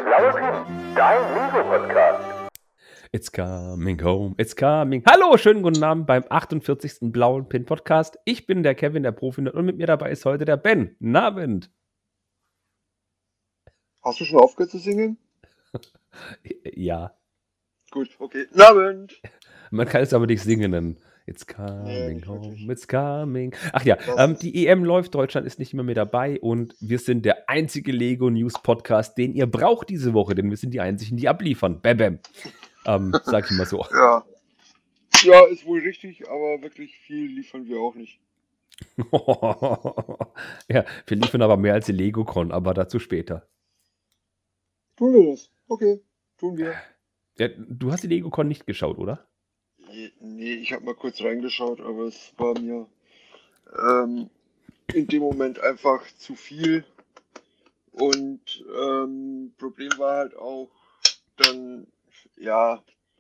blaue Pin, dein Lego-Podcast. It's coming home, it's coming. Hallo, schönen guten Abend beim 48. Blauen Pin Podcast. Ich bin der Kevin, der Profi, und mit mir dabei ist heute der Ben. Guten Abend. Hast du schon aufgehört zu singen? Ja. Gut, okay. Guten Abend. Man kann es aber nicht singen nennen. It's coming home, it's coming. Ach ja, die EM läuft, Deutschland ist nicht mehr mit dabei und wir sind der einzige Lego News Podcast, den ihr braucht diese Woche, denn wir sind die einzigen, die abliefern. Bam, bam. Sag ich mal so. Ja, ist wohl richtig, aber wirklich viel liefern wir auch nicht. Ja, wir liefern aber mehr als die LegoCon, aber dazu später. Tun wir das? Okay, tun wir. Ja, du hast die LegoCon nicht geschaut, oder? Nee, ich habe mal kurz reingeschaut, aber es war mir in dem Moment einfach zu viel. Und Problem war halt auch dann, ja,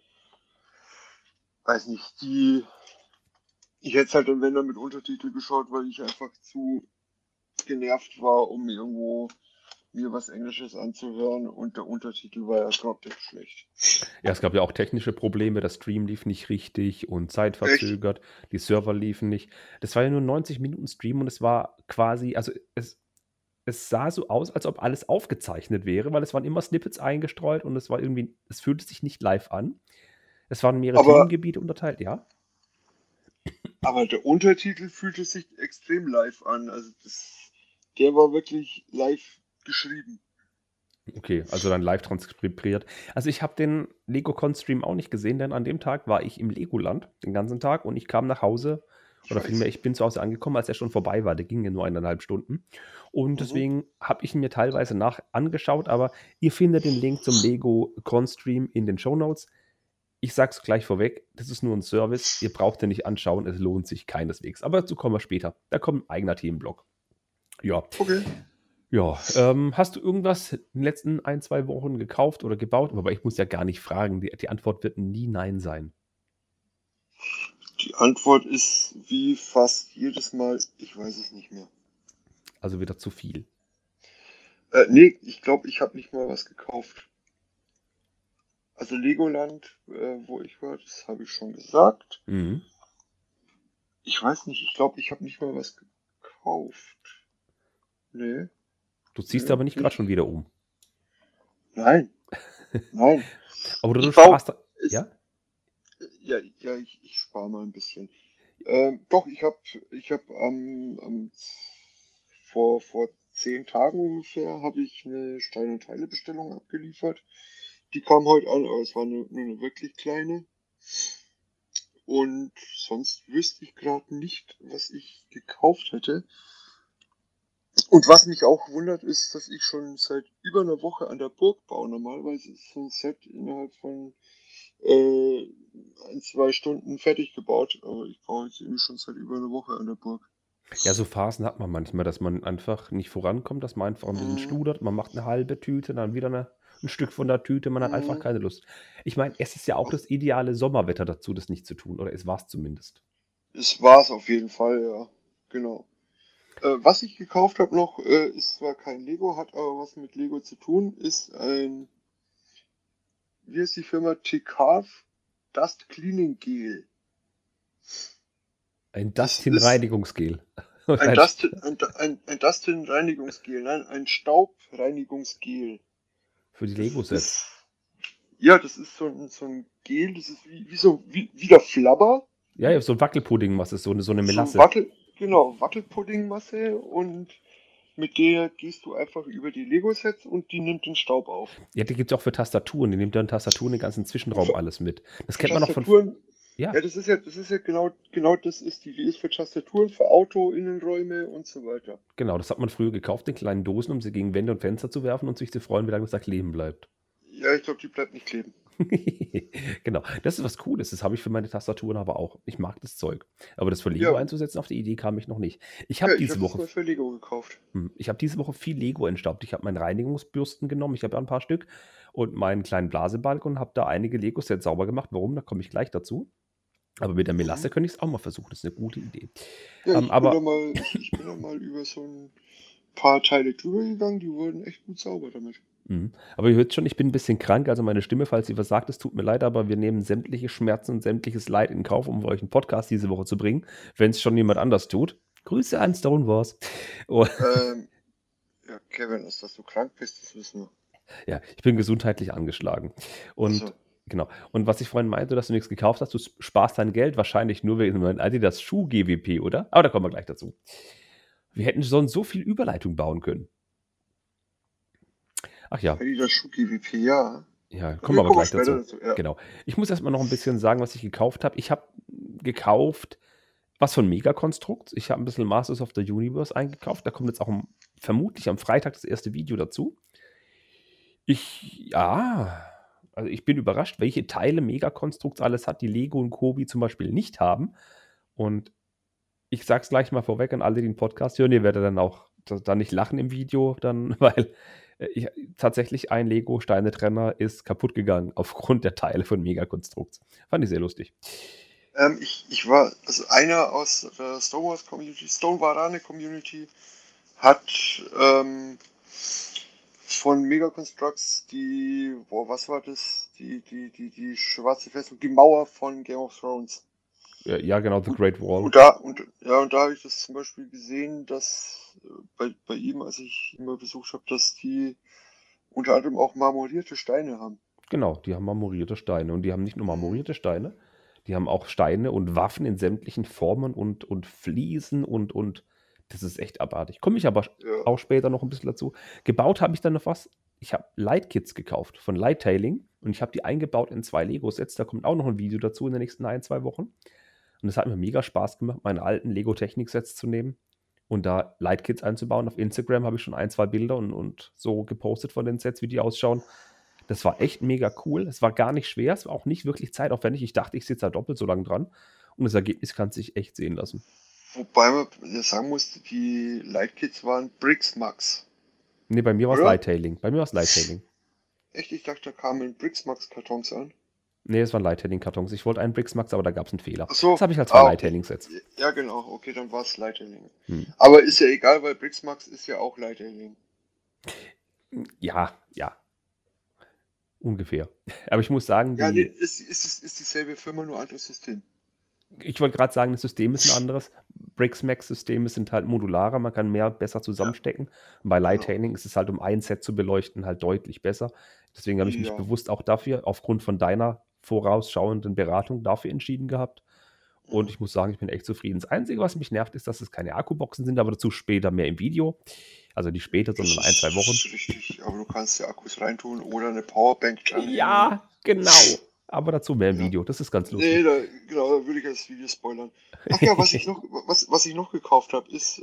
weiß nicht, ich hätte es halt dann, wenn dann mit Untertitel geschaut, weil ich einfach zu genervt war, um irgendwo mir was Englisches anzuhören, und der Untertitel war ja grottig schlecht. Ja, es gab ja auch technische Probleme, der Stream lief nicht richtig und zeitverzögert, die Server liefen nicht. Das war ja nur ein 90-Minuten-Stream und es war quasi, also es sah so aus, als ob alles aufgezeichnet wäre, weil es waren immer Snippets eingestreut und es war irgendwie, es fühlte sich nicht live an. Es waren mehrere Themengebiete unterteilt, ja. Aber der Untertitel fühlte sich extrem live an, also der war wirklich live geschrieben. Okay, also dann live transkribiert. Also ich habe den LegoCon-Stream auch nicht gesehen, denn an dem Tag war ich im Legoland den ganzen Tag und ich kam nach Hause, oder vielmehr, ich bin zu Hause angekommen, als er schon vorbei war. Der ging ja nur 1,5 Stunden. Und deswegen habe ich ihn mir teilweise angeschaut, aber ihr findet den Link zum LegoCon-Stream in den Shownotes. Ich sag's gleich vorweg, das ist nur ein Service, ihr braucht den nicht anschauen, es lohnt sich keineswegs. Aber dazu kommen wir später. Da kommt ein eigener Themenblock. Ja. Okay. Ja, hast du irgendwas in den letzten 1-2 Wochen gekauft oder gebaut? Aber ich muss ja gar nicht fragen, die Antwort wird nie Nein sein. Die Antwort ist wie fast jedes Mal, ich weiß es nicht mehr. Also wieder zu viel. Nee, ich glaube, ich habe nicht mal was gekauft. Also Legoland, wo ich war, das habe ich schon gesagt. Mhm. Ich weiß nicht, ich glaube, ich habe nicht mal was gekauft. Nee. Du ziehst aber nicht gerade schon wieder um. Nein. Nein. Aber du sparst da. Ja? Ja, ich spare mal ein bisschen. Doch, ich hab vor 10 Tagen ungefähr habe ich eine Stein- und Teile-Bestellung abgeliefert. Die kam heute an, aber es war nur eine wirklich kleine. Und sonst wüsste ich gerade nicht, was ich gekauft hätte. Und was mich auch wundert, ist, dass ich schon seit über einer Woche an der Burg baue. Normalerweise ist so ein Set innerhalb von 1-2 Stunden fertig gebaut, aber ich baue jetzt irgendwie schon seit über einer Woche an der Burg. Ja, so Phasen hat man manchmal, dass man einfach nicht vorankommt, dass man einfach ein bisschen studert, man macht eine halbe Tüte, dann wieder ein Stück von der Tüte, man hat einfach keine Lust. Ich meine, es ist ja auch das ideale Sommerwetter dazu, das nicht zu tun, oder es war es zumindest. Es war es auf jeden Fall, ja, genau. Was ich gekauft habe noch, ist zwar kein Lego, hat aber was mit Lego zu tun, ist wie ist die Firma? T-Carve Dust Cleaning Gel. Ein Dustin-Reinigungsgel. Ein Dustin-Reinigungsgel, nein, ein Staubreinigungsgel. Für die Lego-Sets. Ja, das ist so ein Gel, das ist wie der Flabber. Ja, so ein Wackelpuddingmasse, so eine Melasse. Wackelpuddingmasse, und mit der gehst du einfach über die Lego-Sets und die nimmt den Staub auf. Ja, die gibt es auch für Tastaturen. Die nimmt dann Tastaturen, den ganzen Zwischenraum alles mit. Das kennt man noch von. Ja, das ist ja genau das ist die ist für Tastaturen, für Auto, Innenräume und so weiter. Genau, das hat man früher gekauft in kleinen Dosen, um sie gegen Wände und Fenster zu werfen und sich zu freuen, wie lange das da kleben bleibt. Ja, ich glaube, die bleibt nicht kleben. Genau, das ist was Cooles. Das habe ich für meine Tastaturen aber auch. Ich mag das Zeug. Aber das für Lego einzusetzen, auf die Idee kam ich noch nicht. Ich habe diese Woche das für Lego gekauft. Ich habe diese Woche viel Lego entstaubt. Ich habe meinen Reinigungsbürsten genommen. Ich habe ja ein paar Stück und meinen kleinen Blasebalg und habe da einige Lego-Sets sauber gemacht. Warum? Da komme ich gleich dazu. Aber mit der Melasse könnte ich es auch mal versuchen. Das ist eine gute Idee. Ja, ich bin da mal über so ein paar Teile drüber gegangen, die wurden echt gut sauber damit. Aber ihr hört schon, ich bin ein bisschen krank, also meine Stimme, falls sie versagt ist, tut mir leid, aber wir nehmen sämtliche Schmerzen und sämtliches Leid in Kauf, um euch einen Podcast diese Woche zu bringen, wenn es schon jemand anders tut. Grüße an Stone Wars. Oh, Ja, Kevin, ist, dass du krank bist, das wissen wir. ja, ich bin gesundheitlich angeschlagen. Und Also, genau. Und was ich vorhin meinte, dass du nichts gekauft hast, du sparst dein Geld wahrscheinlich nur wegen meinem Adidas Schuh GWP, oder? Aber da kommen wir gleich dazu. Wir hätten sonst so viel Überleitung bauen können. Ach ja, Adidas Schuh GWP, ja. ja, kommen wir aber kommen gleich später dazu. Ja. Genau. Ich muss erstmal noch ein bisschen sagen, was ich gekauft habe. Ich habe gekauft was von Megakonstrukt. Ich habe ein bisschen Masters of the Universe eingekauft. Da kommt jetzt auch vermutlich am Freitag das erste Video dazu. Also ich bin überrascht, welche Teile Megakonstrukts alles hat, die Lego und Kobi zum Beispiel nicht haben. Und ich sag's gleich mal vorweg an alle, die den Podcast hören, ihr werdet dann auch da nicht lachen im Video, dann, weil tatsächlich ein Lego-Steine-Trenner ist kaputt gegangen aufgrund der Teile von Megakonstrukts. Fand ich sehr lustig. Ich war, also einer aus der Stone Wars Community, Stone Warane Community, hat von Mega Constructs was war das? Die schwarze Festung, die Mauer von Game of Thrones. Ja, genau, The Great Wall. Und da habe ich das zum Beispiel gesehen, dass bei ihm, als ich ihn mal besucht habe, dass die unter anderem auch marmorierte Steine haben. Genau, die haben marmorierte Steine. Und die haben nicht nur marmorierte Steine, die haben auch Steine und Waffen in sämtlichen Formen und Fliesen und das ist echt abartig. Komme ich aber Ja. auch später noch ein bisschen dazu. Gebaut habe ich dann noch was. Ich habe Light-Kits gekauft von Light-Tailing und ich habe die eingebaut in 2 Lego-Sets. Da kommt auch noch ein Video dazu in den nächsten 1-2 Wochen. Und es hat mir mega Spaß gemacht, meine alten Lego-Technik-Sets zu nehmen und da Light-Kits einzubauen. Auf Instagram habe ich schon 1-2 Bilder und so gepostet von den Sets, wie die ausschauen. Das war echt mega cool. Es war gar nicht schwer, es war auch nicht wirklich zeitaufwendig. Ich dachte, ich sitze da doppelt so lange dran. Und das Ergebnis kann sich echt sehen lassen. Wobei man ja sagen musste, die Lightkits waren Brixmax. Nee, bei mir war es Oder? Light-Tailing. Bei mir war es Light-Tailing. Echt? Ich dachte, da kamen Brixmax-Kartons an. Nee, es waren Light-Tailing-Kartons. Ich wollte einen Brixmax, aber da gab es einen Fehler. Ach so. Das habe ich halt 2 Okay. Light-Tailing-Sets. Ja, genau. Okay, dann war es Lighttailing. Hm. Aber ist ja egal, weil Brixmax ist ja auch Lighttailing. Ja. Ungefähr. Aber ich muss sagen, Ja, nee, ist dieselbe Firma, nur anderes System. ich wollte gerade sagen, das System ist ein anderes. Brixmax-Systeme sind halt modularer, man kann besser zusammenstecken. Und bei Light-Tailing ist es halt, um ein Set zu beleuchten, halt deutlich besser. Deswegen habe ich mich Ja. bewusst auch dafür, aufgrund von deiner vorausschauenden Beratung, dafür entschieden gehabt. Und ich muss sagen, ich bin echt zufrieden. Das Einzige, was mich nervt, ist, dass es keine Akkuboxen sind, aber dazu später mehr im Video. Also nicht später, sondern 1-2 Wochen. Das ist richtig, aber du kannst ja Akkus reintun oder eine Powerbank dran. Ja, genau. Aber dazu mehr im Video. Das ist ganz lustig. Nee, da würde ich das Video spoilern. Ach ja, was ich noch gekauft habe, ist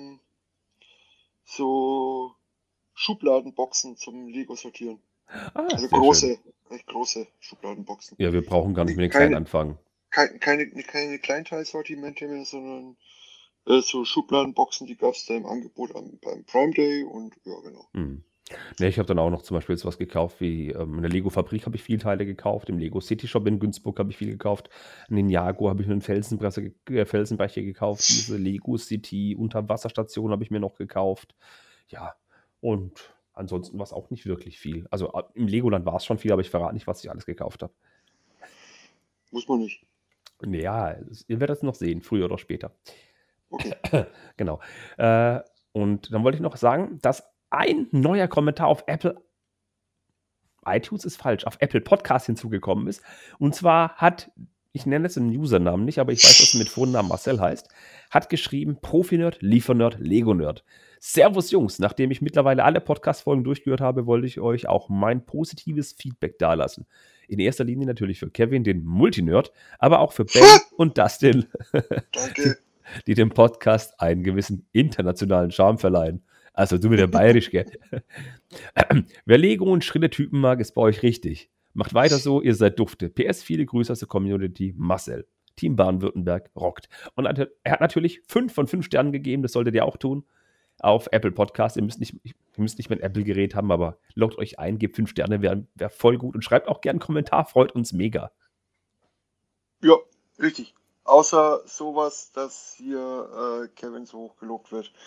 so Schubladenboxen zum Lego sortieren. Also recht große Schubladenboxen. Ja, wir brauchen gar nicht mit den Keine- kleinen anfangen. Keine Kleinteilsortimente mehr, sondern so Schubladenboxen, die gab es da im Angebot beim Prime Day und ja, genau. Ne, ich habe dann auch noch zum Beispiel jetzt was gekauft, wie in der Lego-Fabrik habe ich viele Teile gekauft, im Lego City Shop in Günzburg habe ich viel gekauft, in Ninjago habe ich einen Felsenbrecher gekauft, diese Lego City Unterwasserstation habe ich mir noch gekauft. Ja, und ansonsten war es auch nicht wirklich viel. Also im Legoland war es schon viel, aber ich verrate nicht, was ich alles gekauft habe. Muss man nicht. Ja, ihr werdet es noch sehen, früher oder später. Okay. Genau. Und dann wollte ich noch sagen, dass ein neuer Kommentar auf Apple iTunes ist falsch, auf Apple Podcast hinzugekommen ist. Und zwar ich nenne es den Usernamen nicht, aber ich weiß, dass er mit Vornamen Marcel heißt, hat geschrieben, Profi-Nerd, Liefer-Nerd, Lego-Nerd. Servus Jungs, nachdem ich mittlerweile alle Podcast-Folgen durchgehört habe, wollte ich euch auch mein positives Feedback dalassen. In erster Linie natürlich für Kevin, den Multinerd, aber auch für Ben und Dustin, Danke. die dem Podcast einen gewissen internationalen Charme verleihen. Also du mit der Bayerisch, gell? Wer Lego und Schritte-Typen mag, ist bei euch richtig. Macht weiter so, ihr seid Dufte. PS, viele Grüße aus der Community. Marcel. Team Baden-Württemberg rockt. Und er hat natürlich 5 von 5 Sternen gegeben, das solltet ihr auch tun. Auf Apple Podcast. Ihr müsst nicht mehr ein Apple-Gerät haben, aber loggt euch ein, gebt 5 Sterne, wäre voll gut. Und schreibt auch gerne einen Kommentar, freut uns mega. Ja, richtig. Außer sowas, dass hier Kevin so hoch gelobt wird.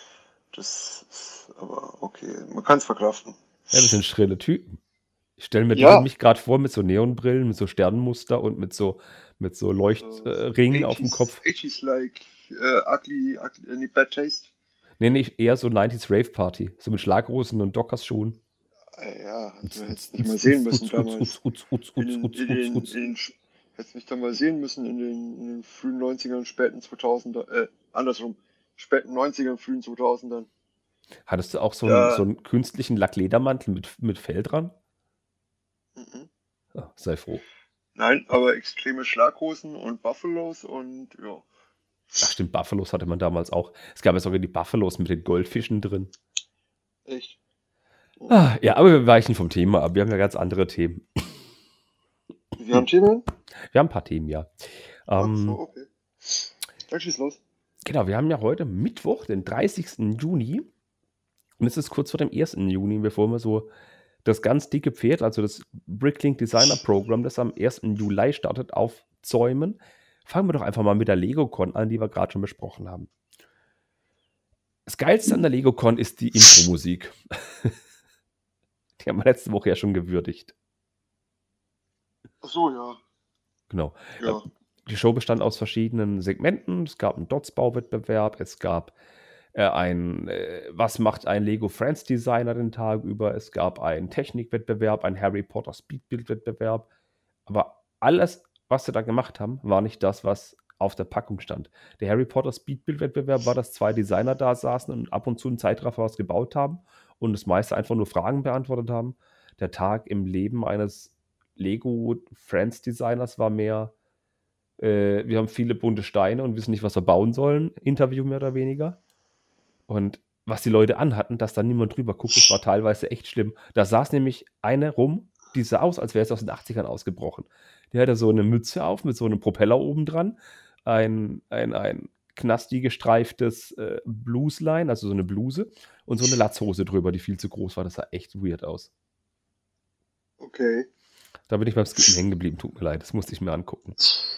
Das ist aber okay. Man kann es verkraften. Ja, wir sind schrille Typen. Ich stelle mir Ja. mich gerade vor mit so Neonbrillen, mit so Sternenmuster und mit so Leuchtringen auf dem Kopf. 80s like ugly, bad taste. Nee, eher so 90s Rave Party. So mit Schlaghosen und Dockers-Schuhen. Ja, also hättest nicht mal sehen müssen damals. Hättest mich dann mal sehen müssen in den frühen 90ern, späten 2000er, andersrum, späten 90ern, frühen 2000ern. Hattest du auch so Ja. einen künstlichen Lackledermantel mit Fell dran? Mhm. Ja, sei froh. Nein, aber extreme Schlaghosen und Buffalos und ja. Ach stimmt, Buffalos hatte man damals auch. Es gab ja sogar die Buffalos mit den Goldfischen drin. Echt? Ja, aber wir weichen vom Thema ab. Wir haben ja ganz andere Themen. Wir haben Themen? Wir haben ein paar Themen, ja. Ach so, okay. Dann schieß los. Genau, wir haben ja heute Mittwoch, den 30. Juni. Und es ist kurz vor dem 1. Juni, bevor wir so das ganz dicke Pferd, also das Bricklink Designer Program, das am 1. Juli startet, aufzäumen. Fangen wir doch einfach mal mit der LegoCon an, die wir gerade schon besprochen haben. Das Geilste an der LegoCon ist die Intro-Musik. Die haben wir letzte Woche ja schon gewürdigt. Ach so, ja. Genau. Ja. Die Show bestand aus verschiedenen Segmenten. Es gab einen Dots-Bauwettbewerb, es gab was macht ein Lego Friends Designer den Tag über, es gab einen Technikwettbewerb, einen Harry Potter Speedbuild-Wettbewerb. Aber alles, was sie da gemacht haben, war nicht das, was auf der Packung stand. Der Harry Potter Speedbuild-Wettbewerb war, dass 2 Designer da saßen und ab und zu einen Zeitraffer was gebaut haben und das meiste einfach nur Fragen beantwortet haben. Der Tag im Leben eines Lego Friends Designers war mehr, wir haben viele bunte Steine und wissen nicht, was wir bauen sollen. Interview mehr oder weniger. Und was die Leute anhatten, dass da niemand drüber guckt, das war teilweise echt schlimm. Da saß nämlich eine rum, die sah aus, als wäre es aus den 80ern ausgebrochen. Die hatte so eine Mütze auf mit so einem Propeller oben dran, ein knasti gestreiftes Bluesline, also so eine Bluse und so eine Latzhose drüber, die viel zu groß war. Das sah echt weird aus. Okay. Da bin ich beim Skippen hängen geblieben, tut mir leid, das musste ich mir angucken.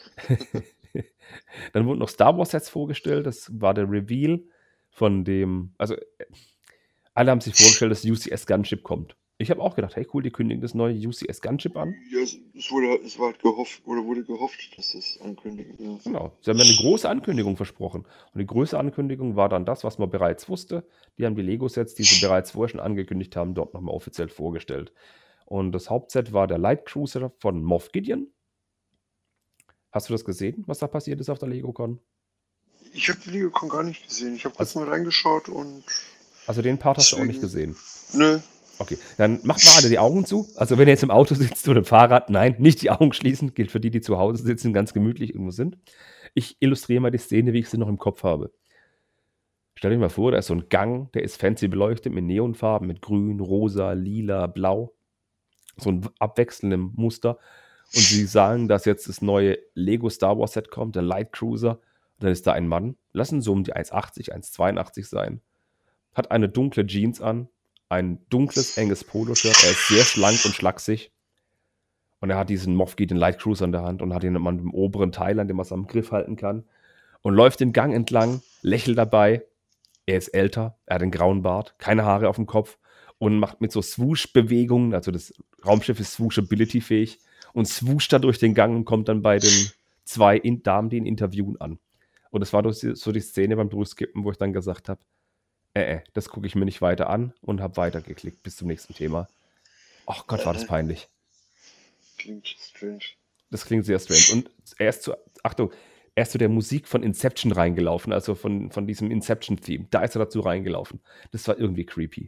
Dann wurden noch Star Wars Sets vorgestellt, das war der Reveal von dem, also alle haben sich vorgestellt, dass UCS Gunship kommt. Ich habe auch gedacht, hey cool, die kündigen das neue UCS Gunship an. Ja, es war halt gehofft, oder wurde gehofft, dass es ankündigen. Ja. Genau, sie haben ja eine große Ankündigung versprochen. Und die größte Ankündigung war dann das, was man bereits wusste. Die haben die Lego-Sets, die sie bereits vorher schon angekündigt haben, dort nochmal offiziell vorgestellt. Und das Hauptset war der Light Cruiser von Moff Gideon. Hast du das gesehen, was da passiert ist auf der LegoCon? Ich habe die LegoCon gar nicht gesehen. Ich habe kurz mal reingeschaut und... Also den Part hast du auch nicht gesehen? Nö. Okay, dann macht mal alle die Augen zu. Also wenn ihr jetzt im Auto sitzt oder im Fahrrad, nein, nicht die Augen schließen. Gilt für die, die zu Hause sitzen, ganz gemütlich irgendwo sind. Ich illustriere mal die Szene, wie ich sie noch im Kopf habe. Stell dir mal vor, da ist so ein Gang, der ist fancy beleuchtet mit Neonfarben, mit grün, rosa, lila, blau. So ein abwechselndem Muster. Und sie sagen, dass jetzt das neue Lego Star Wars Set kommt, der Light Cruiser. Und dann ist da ein Mann, lassen so um die 1,80, 1,82 sein. Hat eine dunkle Jeans an, ein dunkles, enges Poloshirt. Er ist sehr schlank und schlaksig. Und er hat diesen Moff Gideon Light Cruiser in der Hand und hat ihn an dem oberen Teil, an dem er es am Griff halten kann. Und läuft den Gang entlang, lächelt dabei. Er ist älter, er hat einen grauen Bart, keine Haare auf dem Kopf und macht mit so Swoosh-Bewegungen, also das Raumschiff ist Swooshability-fähig und swoosht da durch den Gang und kommt dann bei den 2 Damen, die ihn interviewen, an. Und das war so die Szene beim Durchskippen, wo ich dann gesagt habe, das gucke ich mir nicht weiter an und habe weitergeklickt bis zum nächsten Thema. Ach Gott, war das peinlich. Klingt strange. Das klingt sehr strange. Und er ist zu der Musik von Inception reingelaufen, also von diesem Inception-Theme. Da ist er dazu reingelaufen. Das war irgendwie creepy.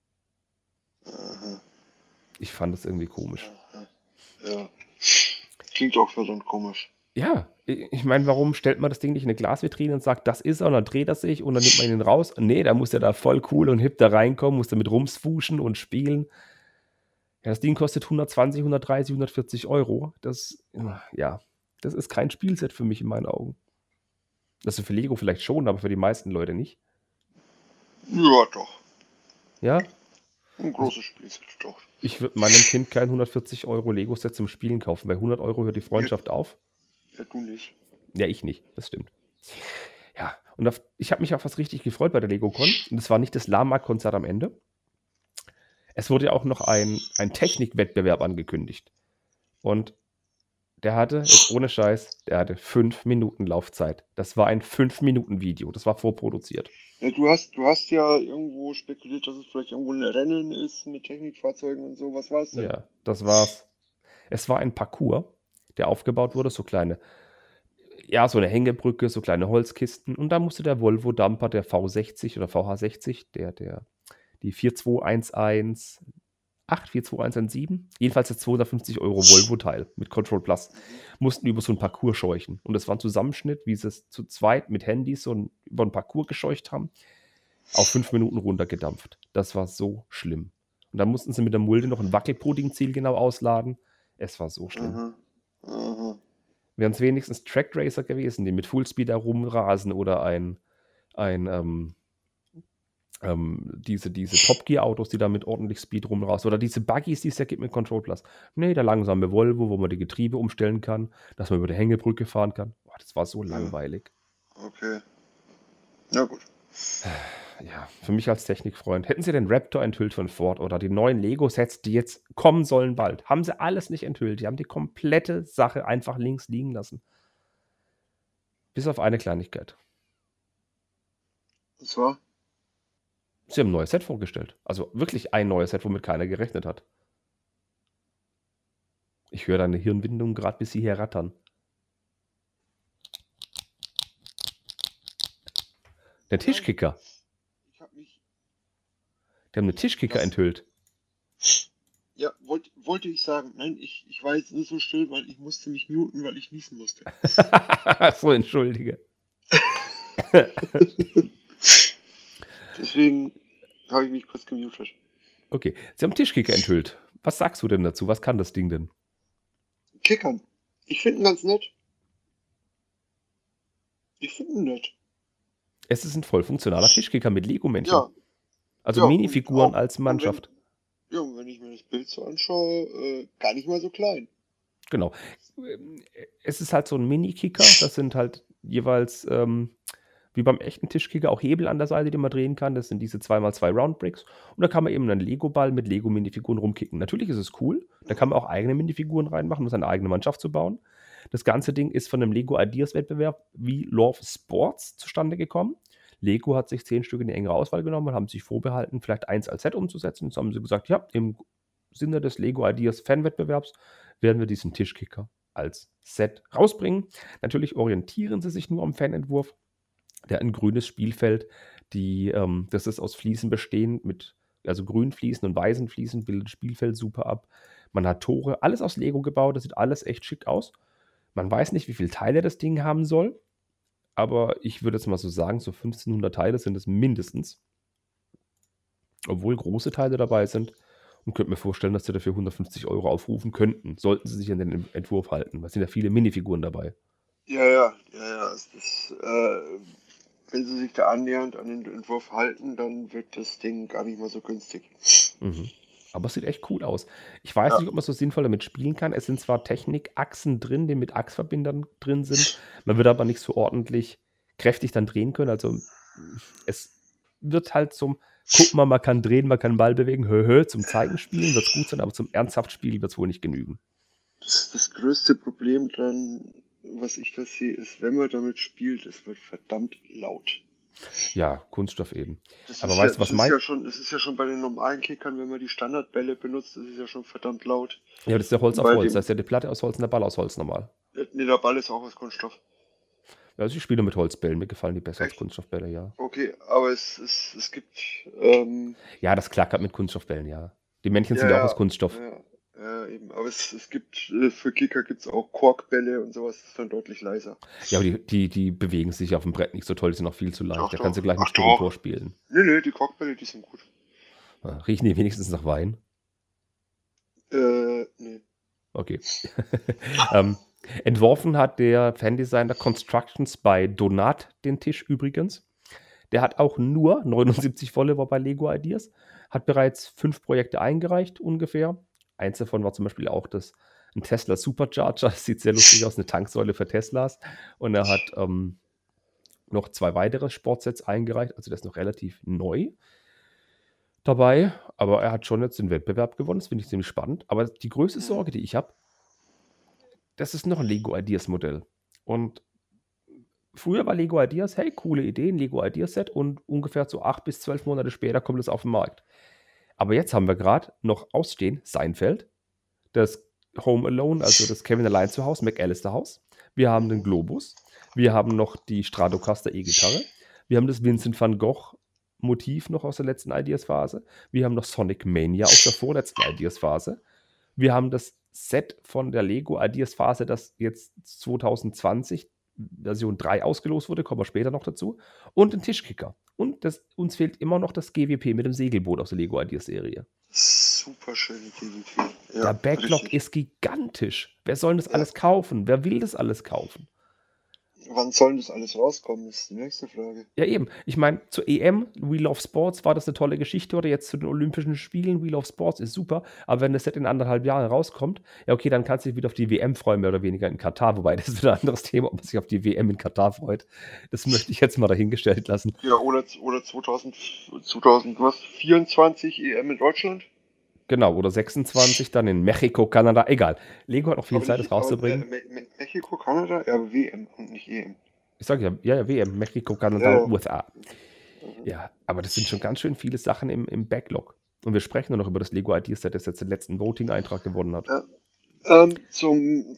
Aha. Ich fand das irgendwie komisch. Aha. Ja. Klingt auch verdammt komisch. Ja, ich meine, warum stellt man das Ding nicht in eine Glasvitrine und sagt, das ist er, und dann dreht er sich und dann nimmt man ihn raus? Nee, da muss er da voll cool und hip da reinkommen, muss damit rumswooschen und spielen. Ja, das Ding kostet 120, 130, 140 Euro. Das ist kein Spielset für mich in meinen Augen. Also für Lego vielleicht schon, aber für die meisten Leute nicht. Ja, doch. Ja? Ein großes Spielset, doch. Ich würde meinem Kind kein 140 Euro Lego-Set zum Spielen kaufen. Bei 100 Euro hört die Freundschaft auf. Ja, du nicht. Ja, ich nicht. Das stimmt. Ja, Und ich habe mich auf was richtig gefreut bei der LegoCon. Und das war nicht das Lama-Konzert am Ende. Es wurde ja auch noch ein Technikwettbewerb angekündigt. Und der hatte, jetzt ohne Scheiß, der hatte 5 Minuten Laufzeit. Das war ein 5-Minuten-Video. Das war vorproduziert. Ja, du hast ja irgendwo spekuliert, dass es vielleicht irgendwo ein Rennen ist mit Technikfahrzeugen und so. Was war es denn? Ja, das war's. Es war ein Parcours, der aufgebaut wurde, so eine Hängebrücke, so kleine Holzkisten. Und da musste der Volvo Dumper, der V60 oder VH60, die 42118, 42117, jedenfalls das 250 € Volvo-Teil mit Control Plus, mussten über so einen Parcours scheuchen. Und das war ein Zusammenschnitt, wie sie es zu zweit mit Handys über einen Parcours gescheucht haben, auf 5 Minuten runtergedampft. Das war so schlimm. Und dann mussten sie mit der Mulde noch ein Wackelpudding zielgenau ausladen. Es war so schlimm. Aha. Aha. Wären es wenigstens Track Racer gewesen, die mit Fullspeed da rumrasen oder diese Top Gear Autos, die da mit ordentlich Speed rumrasen oder diese Buggies, die es ja gibt mit Control Plus. Nee, der langsame Volvo, wo man die Getriebe umstellen kann, dass man über die Hängebrücke fahren kann. Boah, das war so langweilig. Okay. Na gut. Ja, für mich als Technikfreund. Hätten sie den Raptor enthüllt von Ford oder die neuen Lego-Sets, die jetzt kommen sollen bald, haben sie alles nicht enthüllt. Die haben die komplette Sache einfach links liegen lassen. Bis auf eine Kleinigkeit. Und zwar? Sie haben ein neues Set vorgestellt. Also wirklich ein neues Set, womit keiner gerechnet hat. Ich höre deine Hirnwindung gerade bis hierher rattern. Der Tischkicker. Ich habe mich. Die haben einen Tischkicker enthüllt. Ja, wollte ich sagen. Nein, ich war jetzt nur so still, weil ich musste mich muten, weil ich niesen musste. So, entschuldige. Deswegen habe ich mich kurz gemutet. Okay, sie haben einen Tischkicker enthüllt. Was sagst du denn dazu? Was kann das Ding denn? Kickern. Ich finde ihn ganz nett. Es ist ein voll funktionaler Tischkicker mit Lego-Männchen. Ja. Also Ja, Minifiguren und auch- als Mannschaft. Und wenn ich mir das Bild so anschaue, gar nicht mal so klein. Genau. Es ist halt so ein Mini-Kicker. Das sind halt jeweils, wie beim echten Tischkicker, auch Hebel an der Seite, die man drehen kann. Das sind diese 2x2 Roundbricks. Und da kann man eben einen Lego-Ball mit Lego-Minifiguren rumkicken. Natürlich ist es cool. Da kann man auch eigene Minifiguren reinmachen, um seine eigene Mannschaft zu bauen. Das ganze Ding ist von einem Lego Ideas-Wettbewerb wie Love Sports zustande gekommen. Lego hat sich 10 Stück in die engere Auswahl genommen und haben sich vorbehalten, vielleicht eins als Set umzusetzen. Jetzt haben sie gesagt, ja, im Sinne des Lego Ideas Fan-Wettbewerbs werden wir diesen Tischkicker als Set rausbringen. Natürlich orientieren sie sich nur am Fanentwurf. Der ein grünes Spielfeld, das ist aus Fliesen bestehend, also grünen Fliesen und weißen Fliesen, bildet das Spielfeld super ab. Man hat Tore, alles aus Lego gebaut, das sieht alles echt schick aus. Man weiß nicht, wie viele Teile das Ding haben soll, aber ich würde jetzt mal so sagen, so 1500 Teile sind es mindestens. Obwohl große Teile dabei sind. Und könnte mir vorstellen, dass sie dafür 150 € aufrufen könnten, sollten sie sich an den Entwurf halten. Es sind ja viele Minifiguren dabei. Ja. Wenn sie sich da annähernd an den Entwurf halten, dann wird das Ding gar nicht mal so günstig. Mhm. Aber es sieht echt cool aus. Ich weiß nicht, ob man so sinnvoll damit spielen kann. Es sind zwar Technikachsen drin, die mit Achsverbindern drin sind. Man wird aber nicht so ordentlich kräftig dann drehen können. Also es wird halt guck mal, man kann drehen, man kann den Ball bewegen. Zum Zeigen spielen wird es gut sein, aber zum ernsthaft Spielen wird es wohl nicht genügen. Das größte Problem dann, was ich da sehe, ist, wenn man damit spielt, es wird verdammt laut. Ja, Kunststoff eben. Das Aber ist weißt ja, du, was das ist mein... ja schon, das ist ja schon bei den normalen Kickern, wenn man die Standardbälle benutzt, das ist ja schon verdammt laut. Ja, das ist ja Holz auf Bei Holz. dem- Das ist ja die Platte aus Holz und der Ball aus Holz normal. Nee, der Ball ist auch aus Kunststoff. Also ich spiele mit Holzbällen. Mir gefallen die besser als Echt? Kunststoffbälle, ja. Okay, aber es gibt, Ja, das klackert mit Kunststoffbällen, ja. Die Männchen sind ja auch aus Kunststoff. Ja, eben. Aber es gibt, für Kicker gibt es auch Korkbälle und sowas, das ist dann deutlich leiser. Ja, aber die bewegen sich auf dem Brett nicht so toll, die sind auch viel zu leicht. Doch, Da kannst du doch. gleich mit Ach, doch. Styropor spielen. Nee, die Korkbälle, die sind gut. Riechen die wenigstens nach Wein? Nee. Okay. Entworfen hat der Fandesigner Constructions bei Donat den Tisch übrigens. Der hat auch nur 79 Follower bei Lego Ideas, hat bereits 5 Projekte eingereicht ungefähr. Eins davon war zum Beispiel auch ein Tesla Supercharger. Das sieht sehr lustig aus, eine Tanksäule für Teslas. Und er hat noch 2 weitere Sportsets eingereicht, also der ist noch relativ neu dabei, aber er hat schon jetzt den Wettbewerb gewonnen, das finde ich ziemlich spannend. Aber die größte Sorge, die ich habe, das ist noch ein Lego Ideas Modell. Und früher war Lego Ideas, hey, coole Idee, ein Lego Ideas Set und ungefähr so 8 bis 12 Monate später kommt es auf den Markt. Aber jetzt haben wir gerade noch ausstehen Seinfeld, das Home Alone, also das Kevin allein zu Hause, McAllister Haus. Wir haben den Globus. Wir haben noch die Stratocaster E-Gitarre. Wir haben das Vincent van Gogh Motiv noch aus der letzten Ideas-Phase. Wir haben noch Sonic Mania aus der vorletzten Ideas-Phase. Wir haben das Set von der Lego Ideas-Phase, das jetzt 2020 Version 3 ausgelost wurde, kommen wir später noch dazu. Und den Tischkicker. Und uns fehlt immer noch das GWP mit dem Segelboot aus der Lego Ideas-Serie. Super schöne GWP. Ja, Der Backlog richtig. ist gigantisch. Wer soll das alles kaufen? Wer will das alles kaufen? Wann soll das alles rauskommen, ist die nächste Frage. Ja, eben. Ich meine, zur EM, Wheel of Sports, war das eine tolle Geschichte. Oder jetzt zu den Olympischen Spielen, Wheel of Sports ist super. Aber wenn das Set in 1,5 Jahren rauskommt, ja, okay, dann kannst du dich wieder auf die WM freuen, mehr oder weniger in Katar. Wobei, das ist wieder ein anderes Thema, ob man sich auf die WM in Katar freut. Das möchte ich jetzt mal dahingestellt lassen. Ja, oder 2024 EM in Deutschland? Genau, oder 26 dann in Mexiko, Kanada, egal. Lego hat noch viel Aber Zeit, nicht- das rauszubringen. aber Mexiko, Kanada? Ja, aber WM und nicht EM. Ich sage ja, WM, Mexiko, Kanada, Ja. USA. Ja, aber das sind schon ganz schön viele Sachen im Backlog. Und wir sprechen nur noch über das Lego Ideas Set, das jetzt den letzten Voting-Eintrag gewonnen hat. Zu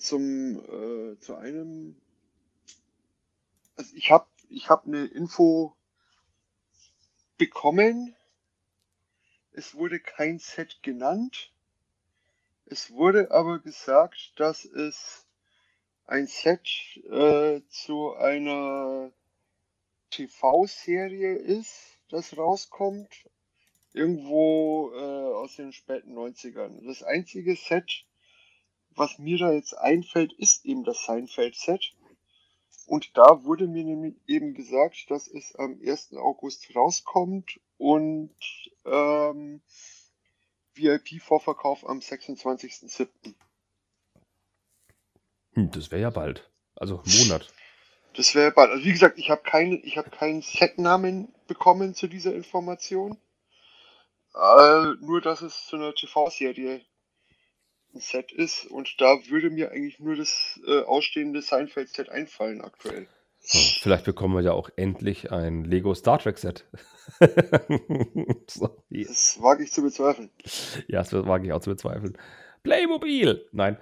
einem, also ich hab eine Info bekommen. Es wurde kein Set genannt. Es wurde aber gesagt, dass es ein Set zu einer TV-Serie ist, das rauskommt. Irgendwo aus den späten 90ern. Das einzige Set, was mir da jetzt einfällt, ist eben das Seinfeld-Set. Und da wurde mir nämlich eben gesagt, dass es am 1. August rauskommt und VIP-Vorverkauf am 26.07. Das wäre ja bald. Also Monat. Das wäre bald. Also wie gesagt, ich habe keinen Setnamen bekommen zu dieser Information. Nur, dass es zu einer TV-Serie ein Set ist. Und da würde mir eigentlich nur das ausstehende Seinfeld-Set einfallen aktuell. Vielleicht bekommen wir ja auch endlich ein Lego Star Trek Set. So, yeah. Das wage ich zu bezweifeln. Ja, das wage ich auch zu bezweifeln. Playmobil! Nein.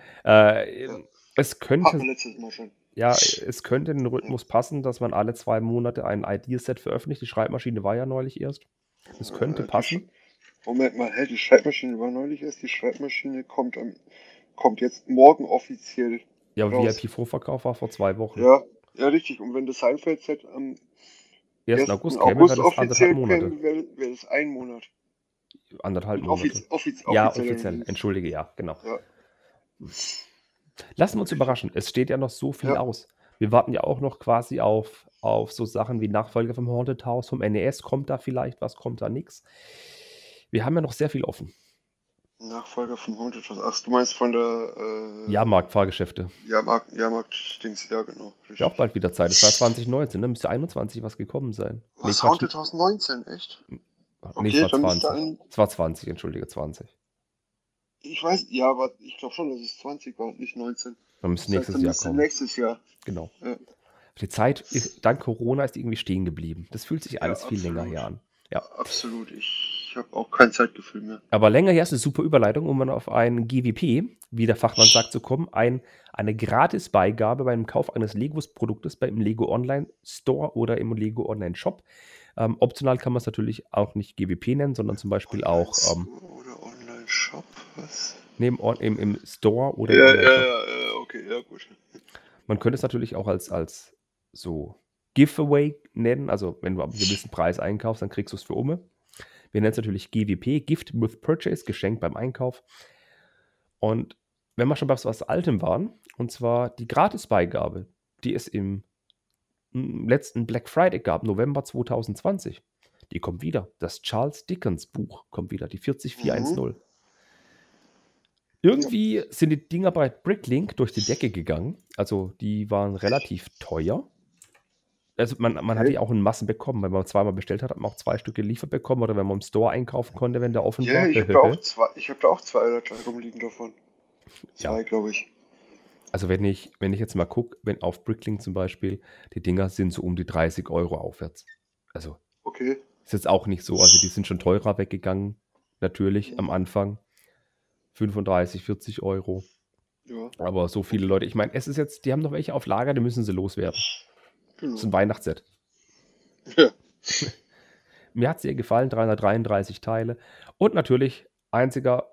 Es Hatten könnte, wir letztes Mal schon. ja, es könnte in den Rhythmus passen, dass man alle 2 Monate ein Ideaset veröffentlicht. Die Schreibmaschine war ja neulich erst. Es könnte passen. Moment mal, die Schreibmaschine war neulich erst. Die Schreibmaschine kommt jetzt morgen offiziell. Ja, aber raus. VIP-Vorverkauf war vor 2 Wochen. Ja, richtig. Und wenn das Seinfeld-Set am 1. 1. August August käme, wäre das 1,5 offiziell Monate. käme, wäre das 1 Monat. 1,5 Monate. Offiziell. Ja, offiziell. Entschuldige, ja, genau. Ja. Lassen wir uns überraschen. Es steht ja noch so viel Ja. aus. Wir warten ja auch noch quasi auf so Sachen wie Nachfolger vom Haunted House, vom NES. Kommt da vielleicht was, kommt da nichts? Wir haben ja noch sehr viel offen. Nachfolger von Haunted House. Ach, du meinst von der Jahrmarkt-Fahrgeschäfte. Jahrmarkt-Dings, ja genau. Ja, auch bald wieder Zeit. Es war 2019, ne? Müsste 21 was gekommen sein. Was, Quatsch. Haunted House 19, echt? Nee, Okay, es war dann müsste 20. Es war 20, entschuldige, 20. Ich weiß, ja, aber ich glaube schon, dass es 20 war und nicht 19. Dann müsste Das heißt, nächstes dann Jahr müsste kommen. nächstes Jahr. Genau. Ja. Die Zeit, dank Corona, ist irgendwie stehen geblieben. Das fühlt sich alles viel absolut. länger her an. Ja. Absolut. Ich habe auch kein Zeitgefühl mehr. Aber länger her ist eine super Überleitung, um dann auf ein GWP, wie der Fachmann sagt, zu kommen. Eine Gratisbeigabe beim Kauf eines Legos-Produktes beim Lego Online Store oder im Lego Online Shop. Optional kann man es natürlich auch nicht GWP nennen, sondern zum Beispiel auch Oder Online-Shop, was? im Store oder Ja, im Online-Shop. ja, okay, ja, gut. Man könnte es natürlich auch als so Giveaway nennen. Also wenn du einen gewissen Preis einkaufst, dann kriegst du es für Umme. Wir nennen es natürlich GWP, Gift with Purchase, Geschenk beim Einkauf. Und wenn wir schon bei was Altem waren, und zwar die Gratisbeigabe, die es im letzten Black Friday gab, November 2020, die kommt wieder. Das Charles Dickens Buch kommt wieder, die 40410. Irgendwie sind die Dinger bei Bricklink durch die Decke gegangen. Also die waren relativ teuer. Also man hat die auch in Massen bekommen. Wenn man zweimal bestellt hat, hat man auch 2 Stück geliefert bekommen oder wenn man im Store einkaufen konnte, wenn der offen Ja, war. ich habe da auch zwei, oder drei rumliegen davon. Ja. Zwei, glaube ich. Also wenn ich jetzt mal gucke, wenn auf Bricklink zum Beispiel, die Dinger sind so um die 30 Euro aufwärts. Also Okay. ist jetzt auch nicht so. Also die sind schon teurer weggegangen, natürlich am Anfang. 35, 40 Euro. Ja, Aber so viele Leute, ich meine, es ist jetzt, die haben noch welche auf Lager, die müssen sie loswerden. Das ist ein genau. Weihnachtsset. Ja. Mir hat es sehr gefallen, 333 Teile. Und natürlich, einziger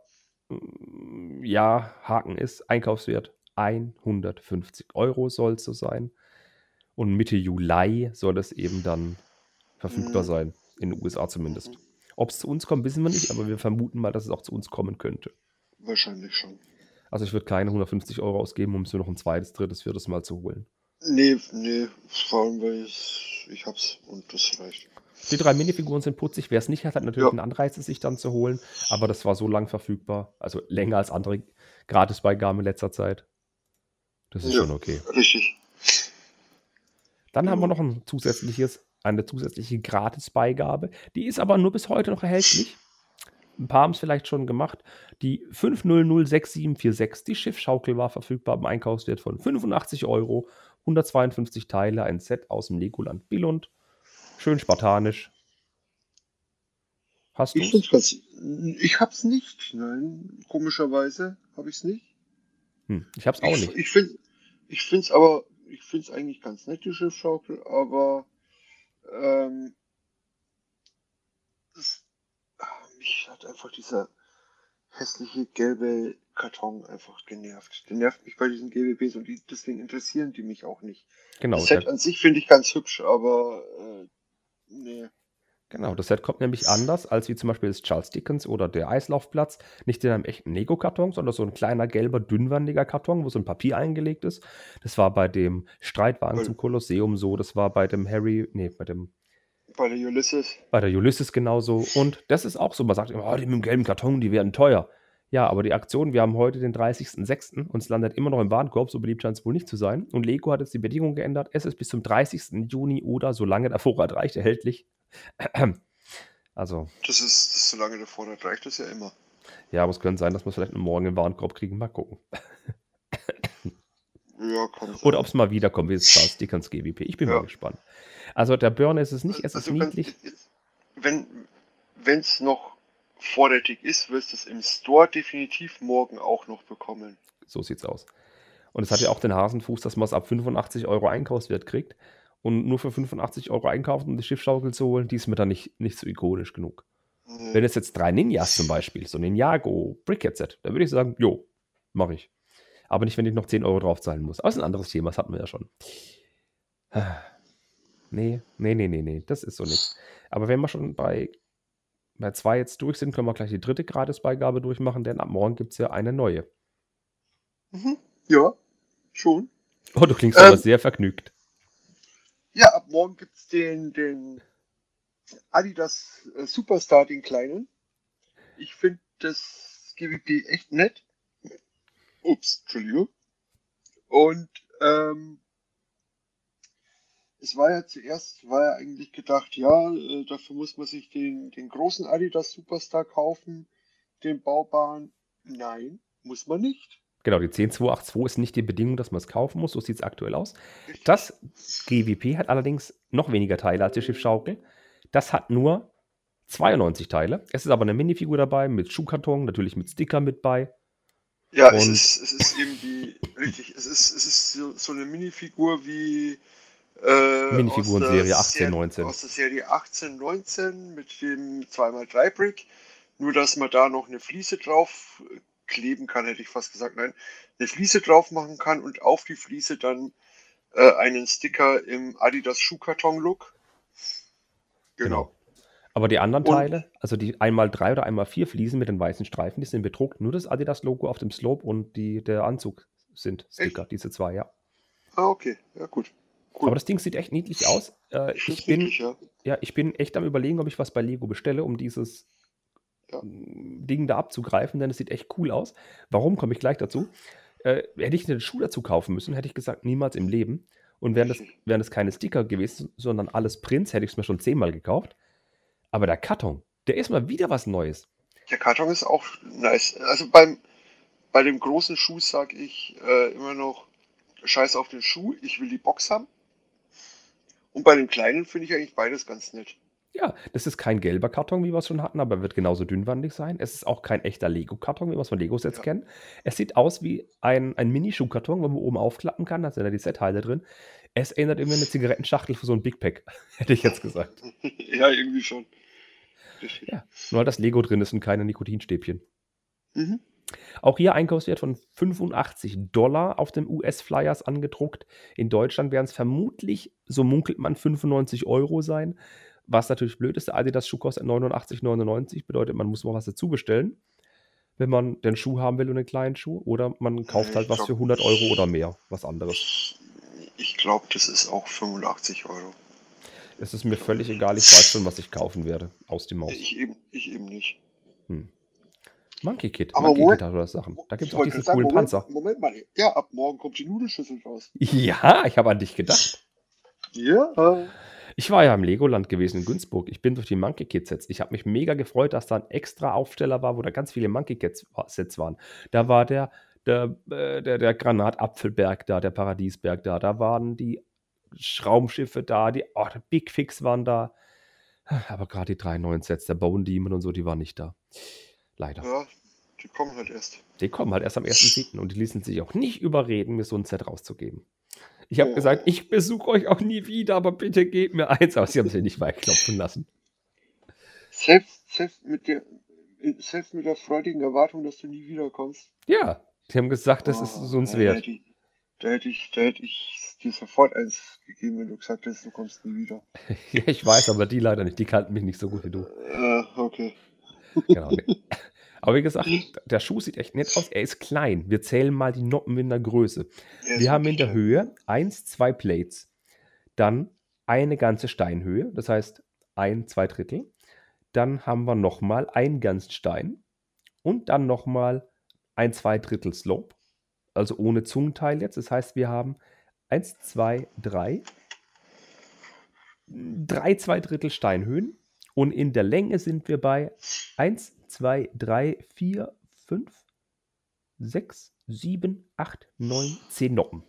Haken ist, Einkaufswert 150 Euro soll es so sein. Und Mitte Juli soll es eben dann verfügbar sein, in den USA zumindest. Ob es zu uns kommt, wissen wir nicht, aber wir vermuten mal, dass es auch zu uns kommen könnte. Wahrscheinlich schon. Also ich würde keine 150 Euro ausgeben, um so noch ein zweites, drittes, viertes Mal zu holen. Nee, vor allem, weil ich hab's und das reicht. Die 3 Minifiguren sind putzig. Wer es nicht hat, hat natürlich einen Anreiz, es sich dann zu holen. Aber das war so lang verfügbar. Also länger als andere Gratisbeigaben in letzter Zeit. Das ist schon okay. Richtig. Dann haben wir noch eine zusätzliche Gratisbeigabe. Die ist aber nur bis heute noch erhältlich. Ein paar haben es vielleicht schon gemacht. Die 5006746, die Schiffschaukel, war verfügbar im Einkaufswert von 85 Euro. 152 Teile, ein Set aus dem Legoland Billund. Schön spartanisch. Hast du es? Ich hab's nicht. Nein, komischerweise habe ich's nicht. Ich hab's auch nicht. Ich find's eigentlich ganz nett, die Schiffschaukel, aber mich hat einfach dieser hässliche gelbe Karton einfach genervt. Der nervt mich bei diesen GWPs und deswegen interessieren die mich auch nicht. Genau. Das Set an sich finde ich ganz hübsch, aber nee. Genau, das Set kommt nämlich anders als wie zum Beispiel das Charles Dickens oder der Eislaufplatz. Nicht in einem echten Lego-Karton, sondern so ein kleiner, gelber, dünnwandiger Karton, wo so ein Papier eingelegt ist. Das war bei dem Streitwagen zum Kolosseum so, das war bei dem bei der Ulysses. Bei der Ulysses genauso. Und das ist auch so, man sagt immer, die mit dem gelben Karton, die werden teuer. Ja, aber die Aktion, wir haben heute den 30.06. und es landet immer noch im Warenkorb, so beliebt scheint es wohl nicht zu sein. Und Lego hat jetzt die Bedingung geändert, es ist bis zum 30. Juni oder solange der Vorrat reicht, erhältlich. Also. Das ist solange der Vorrat reicht, das ja immer. Ja, aber es könnte sein, dass wir es vielleicht morgen im Warenkorb kriegen. Mal gucken. Ja, kann sein. Oder ob es mal wiederkommt, wie es Charles Dickens GWP. Ich bin mal gespannt. Also der Burner ist es nicht, es ist niedlich. Wenn es noch vorrätig ist, wirst du es im Store definitiv morgen auch noch bekommen. So sieht's aus. Und es hat ja auch den Hasenfuß, dass man es ab 85 Euro Einkaufswert kriegt. Und nur für 85 Euro einkaufen, um die Schiffschaukel zu holen, die ist mir dann nicht so ikonisch genug. Wenn es jetzt 3 Ninjas zum Beispiel, so ein Ninjago Brickhead Set, dann würde ich sagen, jo, mache ich. Aber nicht, wenn ich noch 10 Euro draufzahlen muss. Aber das ist ein anderes Thema, das hatten wir ja schon. Nee, das ist so nichts. Aber wenn wir schon bei 2 jetzt durch sind, können wir gleich die 3. Gratisbeigabe durchmachen, denn ab morgen gibt es ja eine neue. Ja, schon. Oh, du klingst aber sehr vergnügt. Ja, ab morgen gibt es den Adidas Superstar, den kleinen. Ich finde das GWP echt nett. Ups, Entschuldigung. Und es war ja zuerst eigentlich gedacht, ja, dafür muss man sich den großen Adidas Superstar kaufen, den baubaren. Nein, muss man nicht. Genau, die 10282 ist nicht die Bedingung, dass man es kaufen muss, so sieht es aktuell aus. Das GWP hat allerdings noch weniger Teile als die Schiffschaukel. Das hat nur 92 Teile. Es ist aber eine Minifigur dabei mit Schuhkarton, natürlich mit Sticker mit bei. Ja, es ist eben es ist so eine Minifigur wie Minifiguren-Serie 1819. Aus der Serie 1819 mit dem 2x3 Brick. Nur, dass man da noch eine Fliese drauf kleben kann, hätte ich fast gesagt. Nein, eine Fliese drauf machen kann und auf die Fliese dann einen Sticker im Adidas Schuhkarton-Look. Genau. Aber die anderen Teile, also die 1x3 oder 1x4 Fliesen mit den weißen Streifen, die sind bedruckt. Nur das Adidas-Logo auf dem Slope und der Anzug sind Sticker, diese 2, ja. Ah, okay. Ja, gut. Aber das Ding sieht echt niedlich aus. Ich bin echt am Überlegen, ob ich was bei Lego bestelle, um dieses Ding da abzugreifen, denn es sieht echt cool aus. Warum, komme ich gleich dazu. Hätte ich einen Schuh dazu kaufen müssen, hätte ich gesagt, niemals im Leben. Und wären es keine Sticker gewesen, sondern alles Prints, hätte ich es mir schon 10-mal gekauft. Aber der Karton, der ist mal wieder was Neues. Der Karton ist auch nice. Also bei dem großen Schuh sage ich immer noch, scheiß auf den Schuh, ich will die Box haben. Und bei den kleinen finde ich eigentlich beides ganz nett. Ja, das ist kein gelber Karton, wie wir es schon hatten, aber er wird genauso dünnwandig sein. Es ist auch kein echter Lego-Karton, wie wir es von Lego-Sets Ja. kennen. Es sieht aus wie ein Mini-Schuhkarton, wo man oben aufklappen kann. Da sind ja die Set-Teile drin. Es erinnert irgendwie an eine Zigarettenschachtel für so ein Big Pack, hätte ich jetzt gesagt. Ja, irgendwie schon. Richtig. Ja, nur halt das Lego drin ist und keine Nikotinstäbchen. Mhm. Auch hier Einkaufswert von $85 auf dem US-Flyers angedruckt. In Deutschland werden es vermutlich, so munkelt man, 95 € sein. Was natürlich blöd ist, der Adidas-Schuh kostet 89,99 €. Bedeutet, man muss mal was dazu bestellen, wenn man den Schuh haben will und einen kleinen Schuh. Oder man kauft halt was für 100 € oder mehr, was anderes. Ich glaube, das ist auch 85 €. Es ist mir völlig egal, ich weiß schon, was ich kaufen werde. Aus dem Maus. Ich eben nicht. Monkey Kid. Aber Monkey Moment, Kid hat das Sachen. Da gibt es Ich auch wollte diesen gerade sagen, coolen Panzer. Moment mal. Ja, ab morgen kommt die Nudelschüssel raus. Ja, ich habe an dich gedacht. Ja. Ich war ja im Legoland gewesen in Günzburg. Ich bin durch die Monkey Kid Sets. Ich habe mich mega gefreut, dass da ein extra Aufsteller war, wo da ganz viele Monkey Kid Sets waren. Da war der Granatapfelberg da, der Paradiesberg da. Da waren die Raumschiffe da, die Big Fix waren da. Aber gerade die 3 neuen Sets, der Bone Demon und so, die waren nicht da. Leider. Ja, die kommen halt erst. Die kommen halt erst am 1.7. und die ließen sich auch nicht überreden, mir so ein Set rauszugeben. Ich habe Oh. gesagt, ich besuche euch auch nie wieder, aber bitte gebt mir eins. Aber sie haben sich nicht wegklopfen lassen. Selbst mit der freudigen Erwartung, dass du nie wiederkommst. Ja, sie haben gesagt, das ist es uns wert. Da hätte ich dir sofort eins gegeben, wenn du gesagt hättest, du kommst nie wieder. Ja, ich weiß, aber die leider nicht. Die kannten mich nicht so gut wie du. Okay. Genau. Nee. Aber wie gesagt, der Schuh sieht echt nett aus. Er ist klein. Wir zählen mal die Noppen in der Größe. Wir haben in der Höhe 2 Plates. Dann eine ganze Steinhöhe. Das heißt 2 Drittel. Dann haben wir nochmal einen ganzen Stein. Und dann nochmal 2 Drittel Slope. Also ohne Zungenteil jetzt. Das heißt, wir haben 1, 2, 3. 2 Drittel Steinhöhen. Und in der Länge sind wir bei 1, 2, 3, 4, 5, 6, 7, 8, 9, 10 Noppen.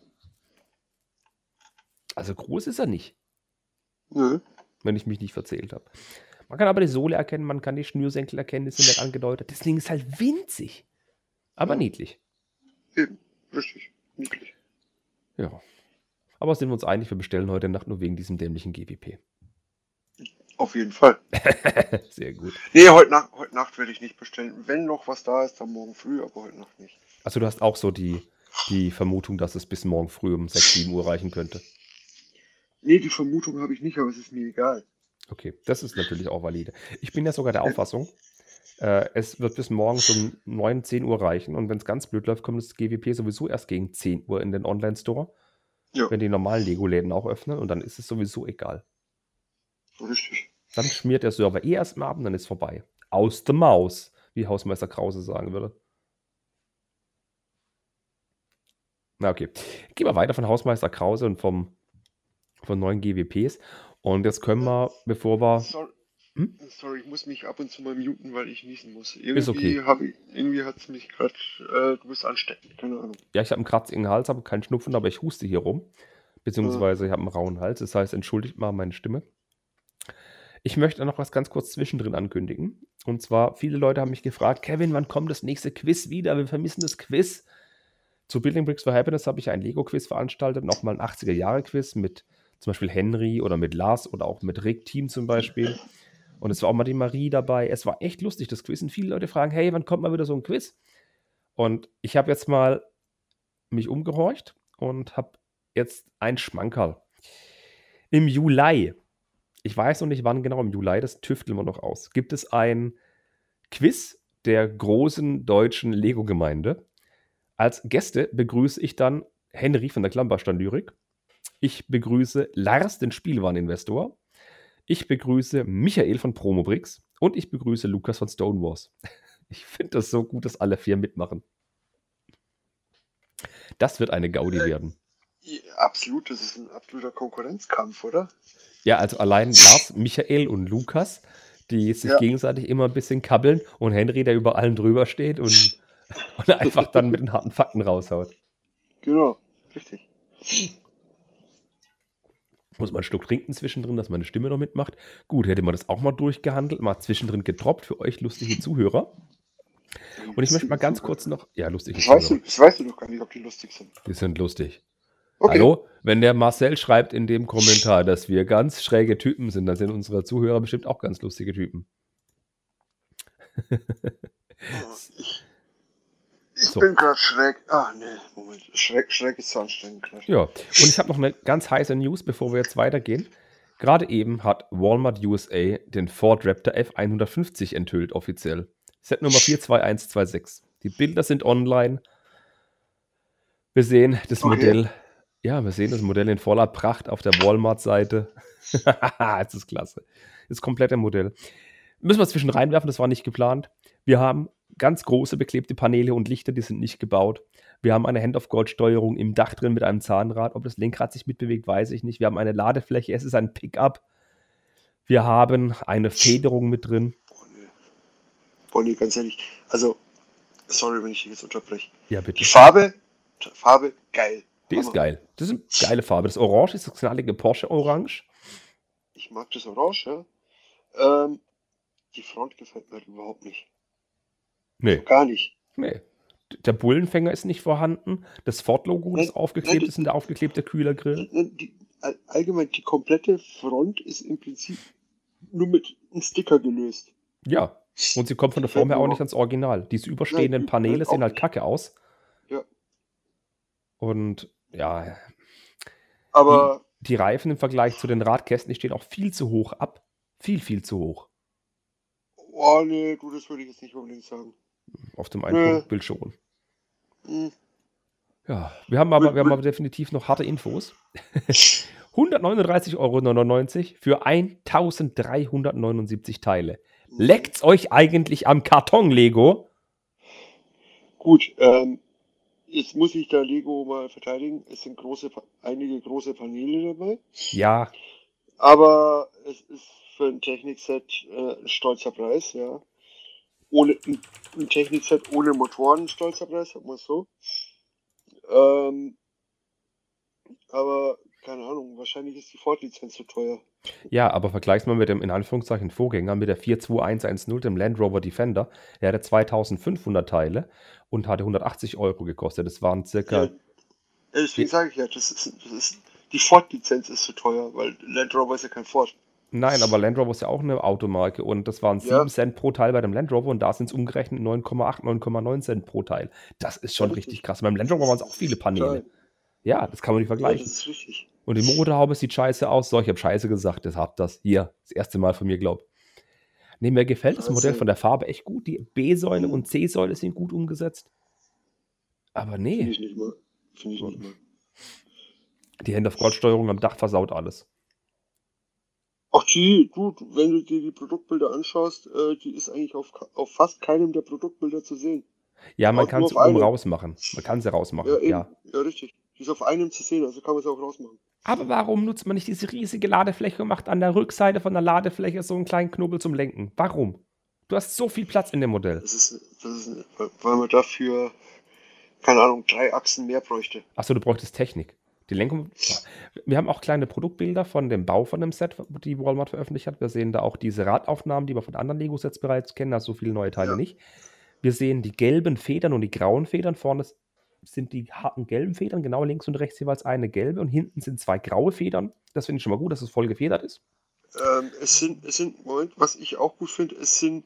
Also groß ist er nicht. Nö. Wenn ich mich nicht verzählt habe. Man kann aber die Sohle erkennen, man kann die Schnürsenkel erkennen, die sind nicht angedeutet. Das Ding ist halt winzig. Aber Ja. niedlich. Eben. Richtig. Niedlich. Ja. Aber sind wir uns einig, wir bestellen heute Nacht nur wegen diesem dämlichen GWP. Auf jeden Fall. Sehr gut. Nee, heute Nacht werde ich nicht bestellen. Wenn noch was da ist, dann morgen früh, aber heute Nacht nicht. Also du hast auch so die Vermutung, dass es bis morgen früh um 6, 7 Uhr reichen könnte. Nee, die Vermutung habe ich nicht, aber es ist mir egal. Okay, das ist natürlich auch valide. Ich bin ja sogar der Auffassung, es wird bis morgens um 9, 10 Uhr reichen. Und wenn es ganz blöd läuft, kommt das GWP sowieso erst gegen 10 Uhr in den Online-Store. Ja. Wenn die normalen Lego-Läden auch öffnen. Und dann ist es sowieso egal. Richtig. Dann schmiert der Server erstmal ab und dann ist vorbei. Aus der Maus, wie Hausmeister Krause sagen würde. Na okay. Gehen wir weiter von Hausmeister Krause und von neuen GWPs. Und jetzt können wir, bevor wir... Sorry, ich muss mich ab und zu mal muten, weil ich niesen muss. Ist okay. Irgendwie hat es mich gerade, du bist ansteckend, keine Ahnung. Ja, ich habe einen Kratz in den Hals, habe keinen Schnupfen, aber ich huste hier rum. Beziehungsweise ich habe einen rauen Hals. Das heißt, entschuldigt mal meine Stimme. Ich möchte noch was ganz kurz zwischendrin ankündigen. Und zwar, viele Leute haben mich gefragt, Kevin, wann kommt das nächste Quiz wieder? Wir vermissen das Quiz. Zu Building Bricks for Happiness habe ich ein Lego-Quiz veranstaltet, nochmal ein 80er-Jahre-Quiz mit zum Beispiel Henry oder mit Lars oder auch mit Rick Team zum Beispiel. Und es war auch mal die Marie dabei. Es war echt lustig, das Quiz. Und viele Leute fragen, hey, wann kommt mal wieder so ein Quiz? Und ich habe jetzt mal mich umgehorcht und habe jetzt ein Schmankerl. Im Juli, ich weiß noch nicht wann genau im Juli, das tüfteln wir noch aus, gibt es ein Quiz der großen deutschen Lego-Gemeinde. Als Gäste begrüße ich dann Henry von der Klammbaustein-Lyrik. Ich begrüße Lars, den Spielwareninvestor. Ich begrüße Michael von Promobricks. Und ich begrüße Lukas von Stonewars. Ich finde das so gut, dass alle 4 mitmachen. Das wird eine Gaudi werden. Ja, absolut, das ist ein absoluter Konkurrenzkampf, oder? Ja, also allein Lars, Michael und Lukas, die sich Ja, gegenseitig immer ein bisschen kabbeln und Henry, der über allen drüber steht und einfach dann mit den harten Fakten raushaut. genau, richtig. Muss man einen Schluck trinken zwischendrin, dass meine Stimme noch mitmacht. Gut, hätte man das auch mal durchgehandelt, mal zwischendrin getroppt für euch lustige Zuhörer. Und ich möchte mal ganz kurz noch, ja, lustige Zuhörer, Das weißt du doch gar nicht, ob die lustig sind. die sind lustig. Okay. Hallo, wenn der Marcel schreibt in dem Kommentar, dass wir ganz schräge Typen sind, dann sind unsere Zuhörer bestimmt auch ganz lustige Typen. Ich So. bin gerade schräg. Ah, nee, Moment. Schräg ist zu anstrengend gerade. Ja, und ich habe noch eine ganz heiße News, bevor wir jetzt weitergehen. Gerade eben hat Walmart USA den Ford Raptor F150 enthüllt, offiziell. Set Nummer 42126. Die Bilder sind online. Wir sehen das Okay. Modell. Ja, wir sehen das Modell in voller Pracht auf der Walmart-Seite. Das ist klasse. Das komplette Modell. Müssen wir zwischen reinwerfen, das war nicht geplant. Wir haben ganz große beklebte Paneele und Lichter, die sind nicht gebaut. Wir haben eine Hand-of-God-Steuerung im Dach drin mit einem Zahnrad. Ob das Lenkrad sich mitbewegt, weiß ich nicht. Wir haben eine Ladefläche, es ist ein Pickup. Wir haben eine Federung mit drin. Bonnie, ganz ehrlich. Also, sorry, wenn ich dich jetzt unterbreche. Ja, bitte. Die Farbe, geil. Die ist Hammer. geil. Das ist eine geile Farbe. Das Orange ist das knallige Porsche-Orange. Ich mag das Orange, ja. Die Front gefällt mir halt überhaupt nicht. Nee, Gar nicht. nee. Der Bullenfänger ist nicht vorhanden. Das Ford-Logo, das Nein, aufgeklebt nein, ist in der aufgeklebte Kühlergrill. Allgemein, die komplette Front ist im Prinzip nur mit einem Sticker gelöst. Ja. Und sie kommt von der Form her auch nicht ans Original. Diese überstehenden Nein, Paneele auch sehen halt nicht. kacke aus. Ja. Und ja, Aber die Reifen im Vergleich zu den Radkästen, die stehen auch viel zu hoch ab. Viel, viel zu hoch. oh nee, du, das würde ich jetzt nicht unbedingt sagen. Auf dem Ein-Punkt-Bild schon. Hm. Ja, wir haben aber definitiv noch harte Infos. 139,99 € für 1379 Teile. Leckt's euch eigentlich am Karton, Lego? Gut, jetzt muss ich da Lego mal verteidigen. Es sind einige große Paneele dabei. Ja, Aber es ist für ein Technikset ein stolzer Preis, ja. Ein Technikset ohne Motoren ein stolzer Preis, sagen wir es so. Aber keine Ahnung, wahrscheinlich ist die Ford-Lizenz zu teuer. ja, aber vergleich's mal mit dem in Anführungszeichen Vorgänger, mit der 42110, dem Land Rover Defender. Der hatte 2500 Teile und hatte 180 € gekostet. Das waren circa. Ja, deswegen sage ich ja, die Ford-Lizenz ist zu teuer, weil Land Rover ist ja kein Ford. Nein, aber Land Rover ist ja auch eine Automarke und das waren 7 Cent pro Teil bei dem Land Rover und da sind es umgerechnet 9,8, 9,9 Cent pro Teil. Das ist schon richtig krass. Beim Land Rover waren es auch viele Paneele. Ja, das kann man nicht Ja, vergleichen. das ist richtig. Und die Motorhaube sieht scheiße aus. So, ich habe scheiße gesagt, das habt das. Hier, das erste Mal von mir, glaub. Nee, mir gefällt das Modell von der Farbe echt gut. Die B-Säule und C-Säule sind gut umgesetzt. Aber Finde nee, ich nicht mal. die Hand-of-God-Steuerung am Dach versaut alles. Ach, wenn du dir die Produktbilder anschaust, die ist eigentlich auf fast keinem der Produktbilder zu sehen. Ja, man Auch kann nur sie auf oben einem. rausmachen. Man kann sie rausmachen, Ja, eben. ja. Ja, richtig. Die ist auf einem zu sehen, also kann man es auch rausmachen. Aber warum nutzt man nicht diese riesige Ladefläche und macht an der Rückseite von der Ladefläche so einen kleinen Knubbel zum Lenken? Warum? Du hast so viel Platz in dem Modell. Weil man dafür, keine Ahnung, 3 Achsen mehr bräuchte. Achso, du bräuchtest Technik. Die Lenkung. Wir haben auch kleine Produktbilder von dem Bau von dem Set, die Walmart veröffentlicht hat. Wir sehen da auch diese Radaufnahmen, die wir von anderen Lego-Sets bereits kennen, also so viele neue Teile nicht. Wir sehen die gelben Federn und die grauen Federn. Vorne sind die harten gelben Federn, genau links und rechts jeweils eine gelbe und hinten sind 2 graue Federn. Das finde ich schon mal gut, dass es voll gefedert ist. Moment, was ich auch gut finde, es sind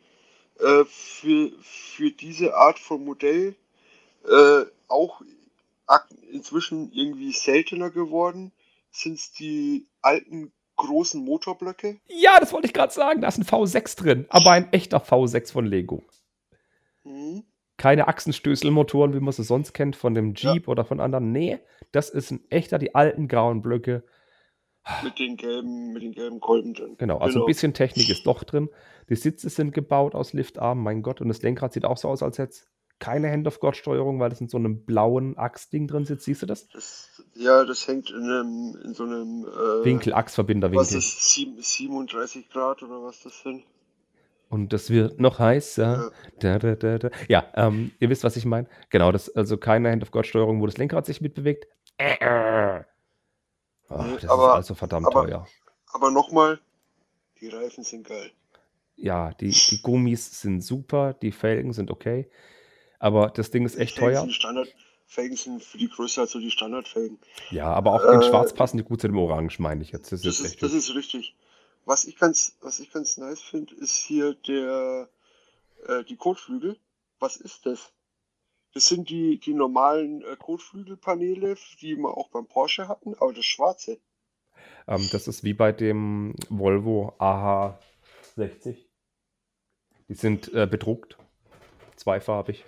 für diese Art von Modell auch inzwischen irgendwie seltener geworden, sind es die alten großen Motorblöcke. Ja, das wollte ich gerade sagen. Da ist ein V6 drin, aber ein echter V6 von Lego. Mhm. Keine Achsenstößelmotoren, wie man sie sonst kennt, von dem Jeep oder von anderen. Nee, das ist ein echter, die alten grauen Blöcke. Mit den gelben Kolben drin. Genau, also ein bisschen Technik ist doch drin. Die Sitze sind gebaut aus Liftarmen, mein Gott. Und das Lenkrad sieht auch so aus, als hätte es keine Hand-of-God-Steuerung, weil das in so einem blauen Achsding drin sitzt. Siehst du das? Das hängt in so einem, Winkel, was Achsverbinderwinkel. ist 37 Grad oder was das sind? Und das wird noch heißer. Ja. Ja, ihr wisst, was ich meine. Genau, das also keine Hand-of-God-Steuerung, wo das Lenkrad sich mitbewegt. Ach, Nee, das ist also verdammt teuer. aber nochmal, die Reifen sind geil. Ja, die Gummis sind super, die Felgen sind okay, aber das Ding ist echt teuer. Felgen sind für die Größe also die Standardfelgen. Ja, aber auch in Schwarz passen die gut zu dem Orange, meine ich jetzt. Das ist echt Das hübsch. ist richtig. Was ich ganz nice finde, ist hier die Kotflügel. Was ist das? Das sind die normalen Kotflügelpaneele, die wir auch beim Porsche hatten, aber das Schwarze. Das ist wie bei dem Volvo AH60. Die sind bedruckt, zweifarbig.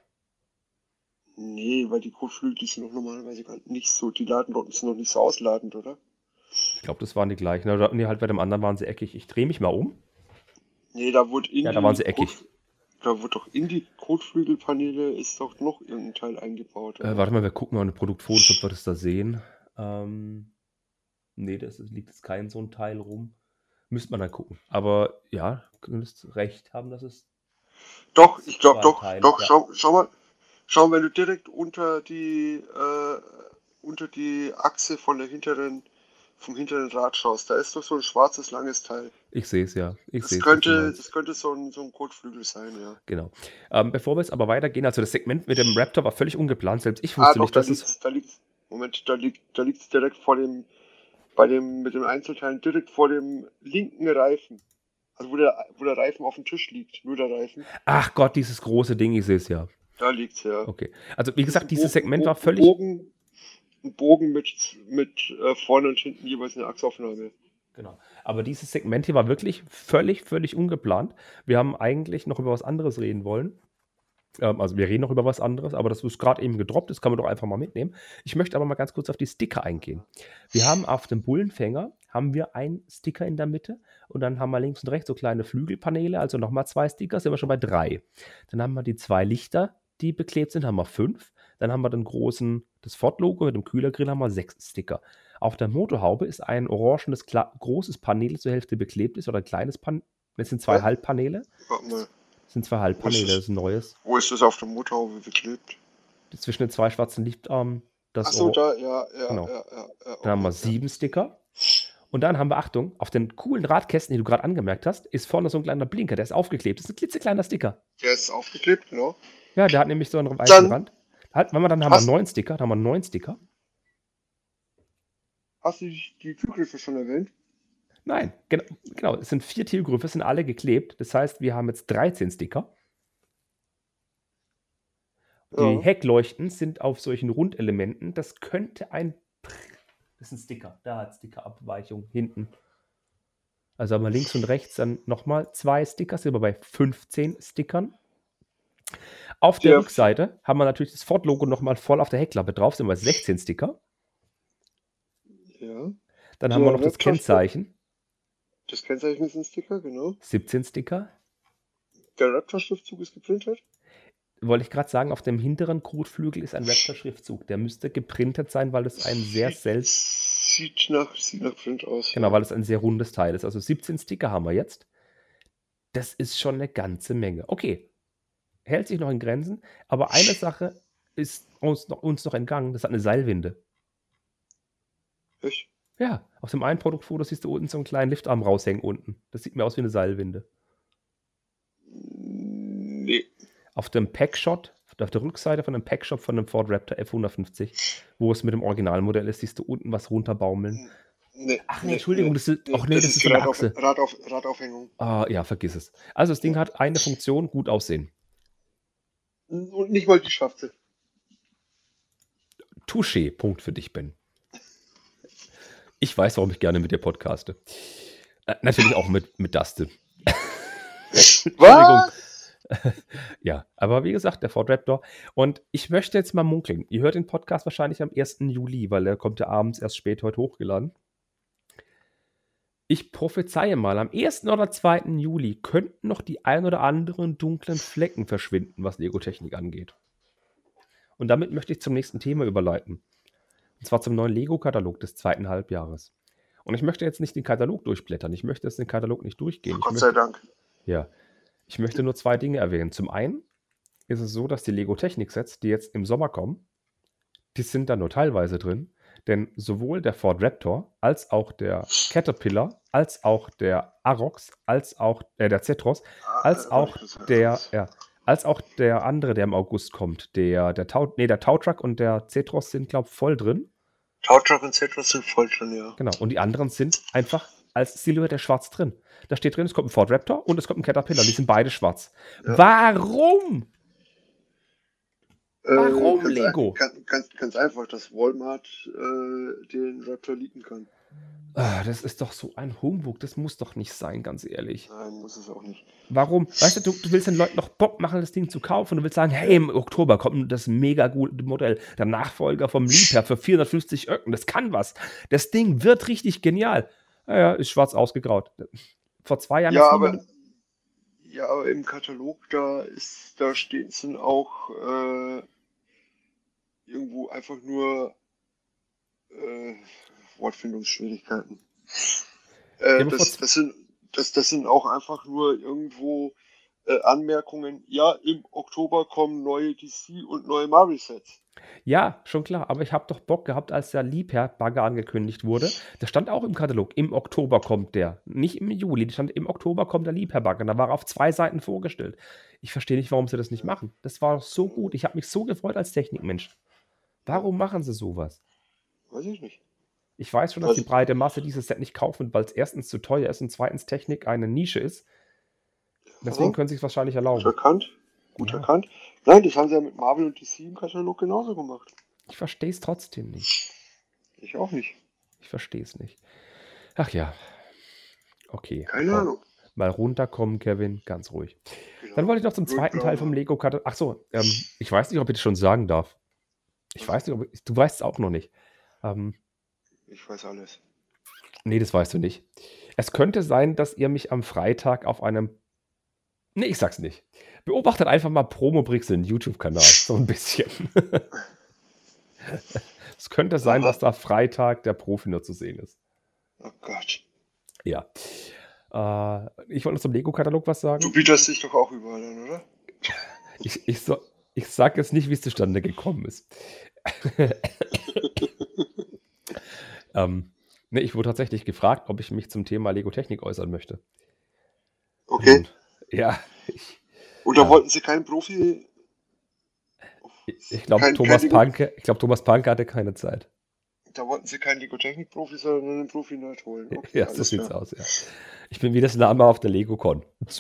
Nee, weil die Kotflügel, die sind doch normalerweise gar nicht so, die laden dort sind noch nicht so ausladend, oder? Ich glaube, das waren die gleichen. Oder nee, halt bei dem anderen waren sie eckig. Ich drehe mich mal um. Nee, da wurde da waren sie eckig. Da wurde doch in die Kotflügelpaneele ist doch noch irgendein Teil eingebaut. Warte mal, wir gucken mal eine Produktfotos, ob wir das da sehen. Nee, liegt jetzt kein so ein Teil rum. Müsste man dann gucken. Aber ja, du könntest recht haben, dass es. Doch, ich glaube zwei doch. Teile, Doch, ja. schau, wenn du direkt unter die Achse vom hinteren Rad schaust, da ist doch so ein schwarzes, langes Teil. Ich sehe es, ja. Das könnte so ein Kotflügel sein, ja. Genau. Bevor wir jetzt aber weitergehen, also das Segment mit dem Raptor war völlig ungeplant. Selbst ich wusste nicht, dass es. Da liegt es direkt mit den Einzelteilen direkt vor dem linken Reifen. Also wo der Reifen auf dem Tisch liegt, nur der Reifen. Ach Gott, dieses große Ding, ich sehe es ja. Da liegt's ja. Okay. Also wie gesagt, dieses Segment war völlig. Ein Bogen mit vorne und hinten jeweils eine Achsaufnahme. Genau. Aber dieses Segment hier war wirklich völlig ungeplant. Wir haben eigentlich noch über was anderes reden wollen. Also wir reden noch über was anderes, aber das ist gerade eben gedroppt, das kann man doch einfach mal mitnehmen. Ich möchte aber mal ganz kurz auf die Sticker eingehen. Wir haben auf dem Bullenfänger einen Sticker in der Mitte und dann haben wir links und rechts so kleine Flügelpaneele, also nochmal 2 Sticker, sind wir schon bei 3. Dann haben wir die 2 Lichter, die beklebt sind, haben wir 5. Dann haben wir das Ford-Logo mit dem Kühlergrill, haben wir 6 Sticker. Auf der Motorhaube ist ein orangenes, großes Panel, zur Hälfte beklebt ist, oder ein kleines Panel. Das sind 2 Halbpaneele. Warte mal. Das sind 2 Halbpaneele, das ist ein neues. Wo ist das auf der Motorhaube beklebt? Zwischen den 2 schwarzen Lichtarmen. Achso, da, ja. Genau. Ja, dann haben wir 7 Sticker. Und dann haben wir, Achtung, auf den coolen Radkästen, die du gerade angemerkt hast, ist vorne so ein kleiner Blinker, der ist aufgeklebt. Das ist ein klitzekleiner Sticker. Der ist aufgeklebt, genau. Ja, der hat nämlich so einen weißen Rand. Dann haben wir 9 Sticker. Hast du die Türgriffe schon erwähnt? Nein, genau. Es sind 4 Türgriffe, sind alle geklebt. Das heißt, wir haben jetzt 13 Sticker. Die Heckleuchten sind auf solchen Rundelementen. Das könnte das ist ein Sticker. Da hat Stickerabweichung hinten. Also haben wir links und rechts dann nochmal 2 Sticker, sind wir bei 15 Stickern. Auf der Rückseite haben wir natürlich das Ford-Logo nochmal voll auf der Heckklappe drauf, sind wir 16 Sticker. Ja. Dann haben wir noch das Kennzeichen. Das Kennzeichen ist ein Sticker, genau. 17 Sticker. Der Raptor-Schriftzug ist geprintet. Wollte ich gerade sagen, auf dem hinteren Kotflügel ist ein Raptor-Schriftzug. Der müsste geprintet sein, weil es ein sehr selten. Sieht nach Print aus. Genau, weil es ein sehr rundes Teil ist. Also 17 Sticker haben wir jetzt. Das ist schon eine ganze Menge. Okay, hält sich noch in Grenzen. Aber eine Sache ist uns noch entgangen. Das hat eine Seilwinde. Echt? Ja, auf dem einen Produktfoto siehst du unten so einen kleinen Liftarm raushängen unten. Das sieht mir aus wie eine Seilwinde. Nee. Auf dem Packshot, auf der Rückseite von dem Packshot von dem Ford Raptor F150, wo es mit dem Originalmodell ist, siehst du unten was runterbaumeln. Nee. Ach nee, Entschuldigung, das ist so eine Achse. Radaufhängung. Ah, ja, vergiss es. Also das Ding hat eine Funktion, gut aussehen. Und nicht mal die Schafte. Touché, Punkt für dich, Ben. Ich weiß, warum ich gerne mit dir podcaste. Natürlich auch mit Dustin. Entschuldigung. Ja, aber wie gesagt, der Ford Raptor. Und ich möchte jetzt mal munkeln. Ihr hört den Podcast wahrscheinlich am 1. Juli, weil der kommt ja abends erst spät heute hochgeladen. Ich prophezeie mal, am 1. oder 2. Juli könnten noch die ein oder anderen dunklen Flecken verschwinden, was Lego-Technik angeht. Und damit möchte ich zum nächsten Thema überleiten. Und zwar zum neuen Lego-Katalog des 2. Halbjahres. Und ich möchte jetzt nicht den Katalog durchblättern. Ich möchte jetzt den Katalog nicht durchgehen. Gott sei Dank. Ja. Ich möchte nur 2 Dinge erwähnen. Zum einen ist es so, dass die Lego-Technik-Sets, die jetzt im Sommer kommen, die sind da nur teilweise drin. Denn sowohl der Ford Raptor, als auch der Caterpillar, als auch der Arox, als auch der Zetros, als auch der andere, der im August kommt. Der Tautruck und der Zetros sind, glaube ich, voll drin. Tautruck und Zetros sind voll drin, ja. Genau. Und die anderen sind einfach als Silhouette schwarz drin. Da steht drin, es kommt ein Ford Raptor und es kommt ein Caterpillar. Die sind beide schwarz. Ja. Warum? Warum, Lego? Ganz einfach, dass Walmart den Raptor leaken kann. Das ist doch so ein Humbug. Das muss doch nicht sein, ganz ehrlich. Nein, muss es auch nicht. Warum? Weißt du, du willst den Leuten noch Bock machen, das Ding zu kaufen. Du willst sagen, hey, im Oktober kommt das mega gute Modell. Der Nachfolger vom Liebherr für 450 Öcken. Das kann was. Das Ding wird richtig genial. Naja, ist schwarz ausgegraut. Vor 2 Jahren... Ja, aber im Katalog, sind auch irgendwo einfach nur Wortfindungsschwierigkeiten. Das sind auch einfach nur irgendwo Anmerkungen. Ja, im Oktober kommen neue DC und neue Marvel-Sets. Ja, schon klar, aber ich habe doch Bock gehabt, als der Liebherr-Bagger angekündigt wurde. Das stand auch im Katalog. Im Oktober kommt der. Nicht im Juli. Das stand im Oktober kommt der Liebherr-Bagger. Da war er auf 2 Seiten vorgestellt. Ich verstehe nicht, warum sie das nicht machen. Das war doch so gut. Ich habe mich so gefreut als Technikmensch. Warum machen sie sowas? Weiß ich nicht. Ich weiß schon, dass die breite Masse dieses Set nicht kaufen, weil es erstens zu teuer ist und zweitens Technik eine Nische ist. Deswegen können sie es wahrscheinlich erlauben. Gut erkannt. Nein, das haben sie ja mit Marvel und DC im Katalog genauso gemacht. Ich verstehe es trotzdem nicht. Ich auch nicht. Ich verstehe es nicht. Ach ja. Okay. Keine Ahnung. Mal runterkommen, Kevin. Ganz ruhig. Genau. Dann wollte ich noch zum zweiten Teil vom Lego-Katalog. Achso, ich weiß nicht, ob ich das schon sagen darf. Ich weiß nicht, du weißt es auch noch nicht. Ich weiß alles. Nee, das weißt du nicht. Es könnte sein, dass ihr mich am Freitag auf einem... Nee, ich sag's nicht. Beobachtet einfach mal Promo-Brixel, den YouTube-Kanal. So ein bisschen. Es könnte sein, dass da Freitag der Profi nur zu sehen ist. Oh Gott. Ja. Ich wollte noch zum Lego-Katalog was sagen. Du bietest dich doch auch überall an, oder? Ich sag jetzt nicht, wie es zustande gekommen ist. Ich wurde tatsächlich gefragt, ob ich mich zum Thema Lego-Technik äußern möchte. Okay. Und, ja. Und da wollten sie keinen Profi... Ich glaube, Thomas Panke hatte keine Zeit. Da wollten sie keinen Lego-Technik-Profi, sondern einen Profi-Nerd holen. Okay, ja, so sieht's aus, ja. Ich bin wie das Name auf der Lego-Con.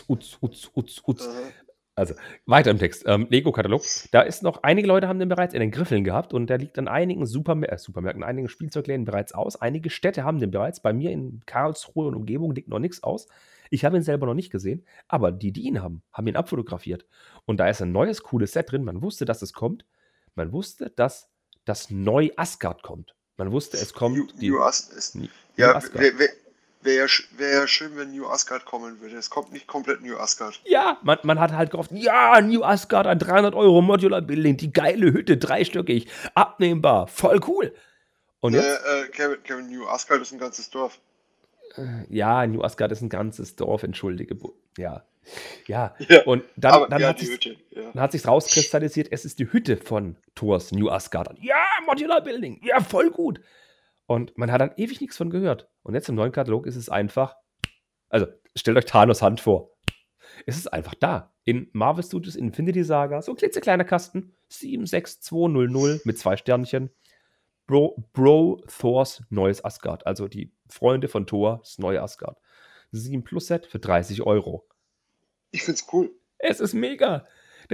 Also, weiter im Text. Lego-Katalog. Da ist noch, einige Leute haben den bereits in den Griffeln gehabt und der liegt an einigen Supermärkten, einigen Spielzeugläden bereits aus. Einige Städte haben den bereits. Bei mir in Karlsruhe und Umgebung liegt noch nichts aus. Ich habe ihn selber noch nicht gesehen, aber die ihn haben ihn abfotografiert. Und da ist ein neues, cooles Set drin. Man wusste, dass es kommt. Man wusste, dass das Neu Asgard kommt. Man wusste, es kommt New Asgard. Wäre ja schön, wenn New Asgard kommen würde. Es kommt nicht komplett New Asgard. Ja, man hat halt gehofft, ja, New Asgard, ein 300 € Modular Building, die geile Hütte, 3-stöckig, abnehmbar, voll cool. Und jetzt? Kevin, New Asgard ist ein ganzes Dorf. Ja, New Asgard ist ein ganzes Dorf, entschuldige. Ja. Und dann hat sich's rauskristallisiert, es ist die Hütte von Thors New Asgard. Ja, Modular Building, ja, voll gut. Und man hat dann ewig nichts von gehört. Und jetzt im neuen Katalog ist es einfach, also stellt euch Thanos Hand vor. Es ist einfach da. In Marvel Studios Infinity Saga, so ein klitzekleiner Kasten, 76200 mit 2 Sternchen. Bro Thors neues Asgard. Also die Freunde von Thor, das neue Asgard. 7 Plus Set für 30 €. Ich find's cool. Es ist mega.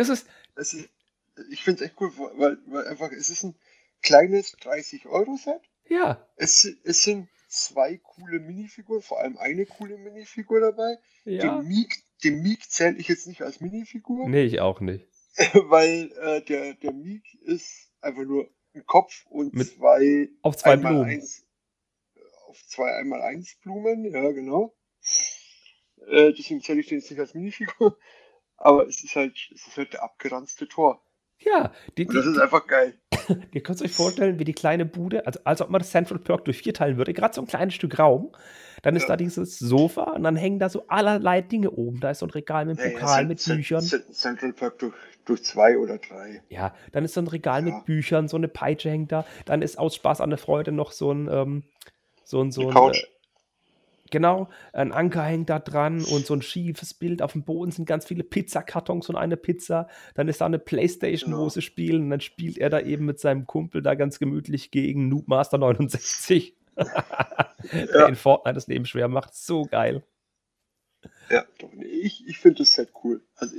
Ich find's echt cool, weil einfach, es ist ein kleines 30-€-Set. Ja. Es sind 2 coole Minifiguren, vor allem eine coole Minifigur dabei. Ja. Den Meek zähle ich jetzt nicht als Minifigur. Nee, ich auch nicht. Weil der Meek ist einfach nur ein Kopf und auf 2 Blumen. auf 2 1x1 Blumen, ja genau. Deswegen zähle ich den jetzt nicht als Minifigur. Aber es ist halt der abgeranzte Tor. Ja, Und das ist einfach geil. ihr könnt euch vorstellen, wie die kleine Bude, also als ob man das Central Perk durch 4 teilen würde, gerade so ein kleines Stück Raum. Dann ist Ja. da dieses Sofa und dann hängen da so allerlei Dinge oben. Da ist so ein Regal mit einem Pokal, mit Büchern. Central Park durch 2 oder 3. Ja, dann ist so ein Regal Ja. mit Büchern, so eine Peitsche hängt da. Dann ist aus Spaß an der Freude noch so ein Couch. genau, ein Anker hängt da dran und so ein schiefes Bild. Auf dem Boden sind ganz viele Pizzakartons und eine Pizza. Dann ist da eine Playstation, Genau. wo sie spielen. Und dann spielt er da eben mit seinem Kumpel da ganz gemütlich gegen Noobmaster 69. Der in Fortnite das Leben schwer macht. So geil. Ja, doch, nee, ich finde das Set cool. Also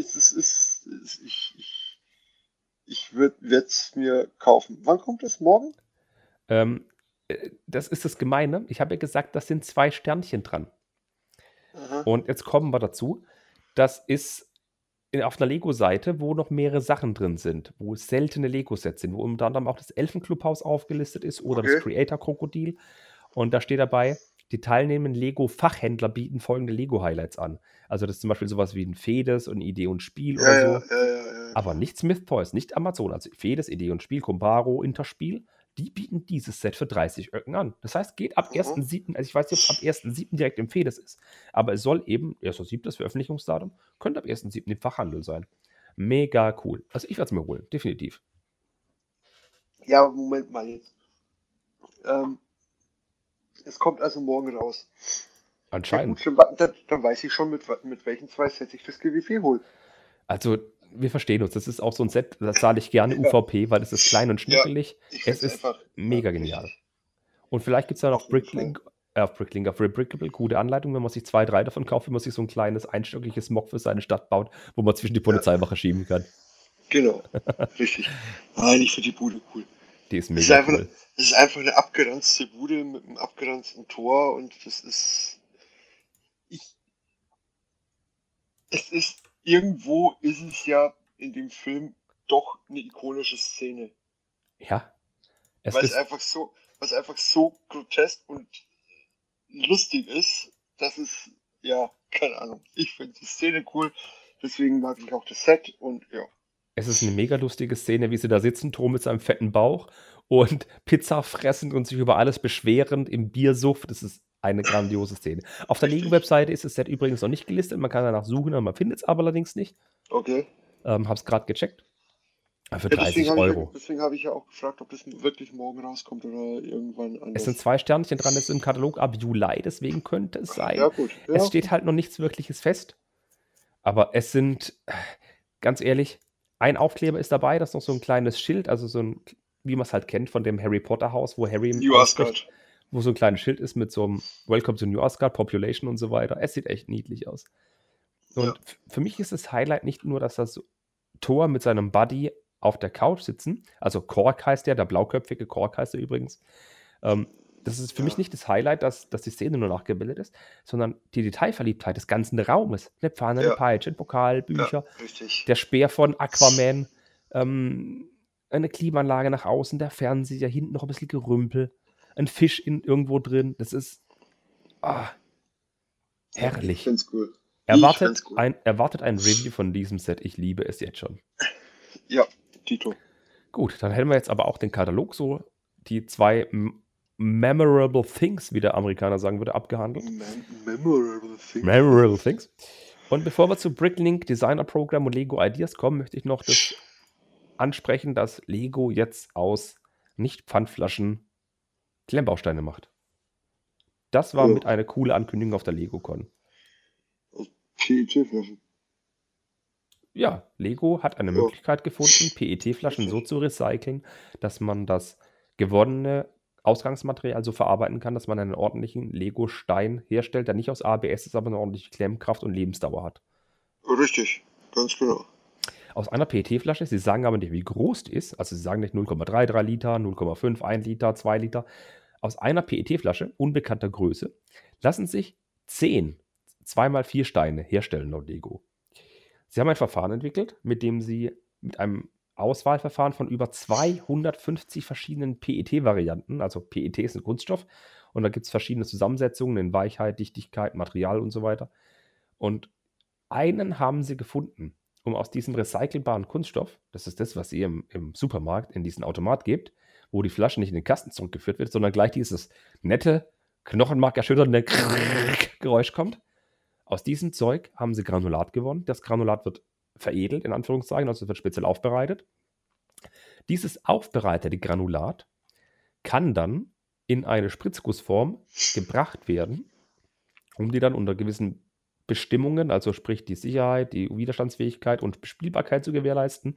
ich würde es mir kaufen. Wann kommt es? Morgen? Das ist das Gemeine. Ich habe ja gesagt, das sind 2 Sternchen dran. Aha. Und jetzt kommen wir dazu. Das ist auf einer Lego-Seite, wo noch mehrere Sachen drin sind, wo seltene Lego-Sets sind, wo unter anderem auch das Elfenclubhaus aufgelistet ist oder das Okay. Creator-Krokodil. Und da steht dabei, die teilnehmenden Lego-Fachhändler bieten folgende Lego-Highlights an. Also das ist zum Beispiel sowas wie ein Fedes und Idee und Spiel oder so. Ja. Aber nicht Smith Toys, nicht Amazon. Also Fedes, Idee und Spiel, Comparo, Interspiel, die bieten dieses Set für 30 Öcken an. Das heißt, geht ab Mhm. 1.7., also ich weiß nicht, ob es ab 1.7. direkt im Fedes ist, aber es soll eben, 1.7. das Veröffentlichungsdatum, könnte ab 1.7. im Fachhandel sein. Mega cool. Also ich werde es mir holen, definitiv. Ja, Moment mal jetzt. Es kommt also morgen raus. Ja, Anscheinend. gut, dann weiß ich schon, mit welchen 2 Sets ich das GWP hole. Also wir verstehen uns, das ist auch so ein Set, das zahle ich gerne Ja. UVP, weil es ist klein und schnuckelig. Ich Es find's ist einfach mega richtig. genial. Und vielleicht gibt es da noch Auf jeden auf Rebrickable, gute Anleitung, wenn man sich 2, 3 davon kauft, wie man sich so ein kleines einstöckiges Mock für seine Stadt baut, wo man zwischen die Polizeiwache schieben kann. Genau, richtig. Nein, ich finde die Bude cool. Die ist Es ist, mega einfach, cool. es ist einfach eine abgeranzte Bude mit einem abgeranzten Tor und das ist. Irgendwo ist es ja in dem Film doch eine ikonische Szene. Ja. Es Weil es ist, einfach so grotesk und lustig ist, dass es, ja, keine Ahnung. Ich finde die Szene cool, deswegen mag ich auch das Set und ja. es ist eine mega lustige Szene, wie sie da sitzen, Tom mit seinem fetten Bauch und Pizza fressend und sich über alles beschwerend im Biersuff. Das ist eine grandiose Szene. Auf der Richtig. Lego-Webseite ist das Set übrigens noch nicht gelistet. Man kann danach suchen, aber man findet es aber allerdings nicht. Okay. Hab's gerade gecheckt. Für Ja, 30 Euro. deswegen habe ich ja auch gefragt, ob das wirklich morgen rauskommt oder irgendwann anders. Es sind 2 Sternchen dran, das ist im Katalog ab Juli, deswegen könnte es sein. Ja, gut. Ja, Es steht halt noch nichts Wirkliches fest. Aber es sind, ganz ehrlich, ein Aufkleber ist dabei, das ist noch so ein kleines Schild, also so ein, wie man es halt kennt von dem Harry Potter Haus, wo Harry New Asgard. wo so ein kleines Schild ist mit so einem Welcome to New Asgard, Population und so weiter. Es sieht echt niedlich aus. Und Ja. für mich ist das Highlight nicht nur, dass das Thor mit seinem Buddy auf der Couch sitzen, also Kork heißt der blauköpfige Kork heißt er übrigens. Das ist für mich nicht das Highlight, dass die Szene nur nachgebildet ist, sondern die Detailverliebtheit des ganzen Raumes. Eine Pfanne, eine Ja. Peitsche, ein Pokal, Bücher, Ja, richtig. der Speer von Aquaman, eine Klimaanlage nach außen, der Fernseher, hinten noch ein bisschen Gerümpel, ein Fisch irgendwo drin. Das ist herrlich. Ich find's cool. Erwartet cool. ein Review von diesem Set. Ich liebe es jetzt schon. Ja, Tito. Gut, dann hätten wir jetzt aber auch den Katalog so, die 2 Memorable Things, wie der Amerikaner sagen würde, abgehandelt. Memorable thing. Memorable Things. Und bevor wir zu Bricklink, Designer Program und Lego Ideas kommen, möchte ich noch das ansprechen, dass Lego jetzt aus Nicht-Pfandflaschen Klemmbausteine macht. Das war Oh. mit eine coole Ankündigung auf der LegoCon. PET-Flaschen. Ja, Lego hat eine Ja. Möglichkeit gefunden, PET-Flaschen so zu recyceln, dass man das gewonnene Ausgangsmaterial so verarbeiten kann, dass man einen ordentlichen Lego-Stein herstellt, der nicht aus ABS ist, aber eine ordentliche Klemmkraft und Lebensdauer hat. Richtig, ganz genau. Aus einer PET-Flasche, sie sagen aber nicht, wie groß die ist, also sie sagen nicht 0,33 Liter, 0,5, 1 Liter, 2 Liter. Aus einer PET-Flasche, unbekannter Größe, lassen sich 10 2x4 Steine herstellen laut Lego. Sie haben ein Verfahren entwickelt, mit dem sie mit einem Auswahlverfahren von über 250 verschiedenen PET-Varianten, also PET ist ein Kunststoff, Und da gibt es verschiedene Zusammensetzungen in Weichheit, Dichtigkeit, Material und so weiter. Und einen haben sie gefunden, um aus diesem recycelbaren Kunststoff, das ist das, was ihr im Supermarkt in diesen Automat gebt, wo die Flasche nicht in den Kasten zurückgeführt wird, sondern gleich dieses nette, knochenmarkerschütternde Geräusch kommt. Aus diesem Zeug haben sie Granulat gewonnen. Das Granulat wird veredelt, in Anführungszeichen, also es wird speziell aufbereitet. Dieses aufbereitete Granulat kann dann in eine Spritzgussform gebracht werden, um die dann unter gewissen Bestimmungen, also sprich die Sicherheit, die Widerstandsfähigkeit und Bespielbarkeit zu gewährleisten,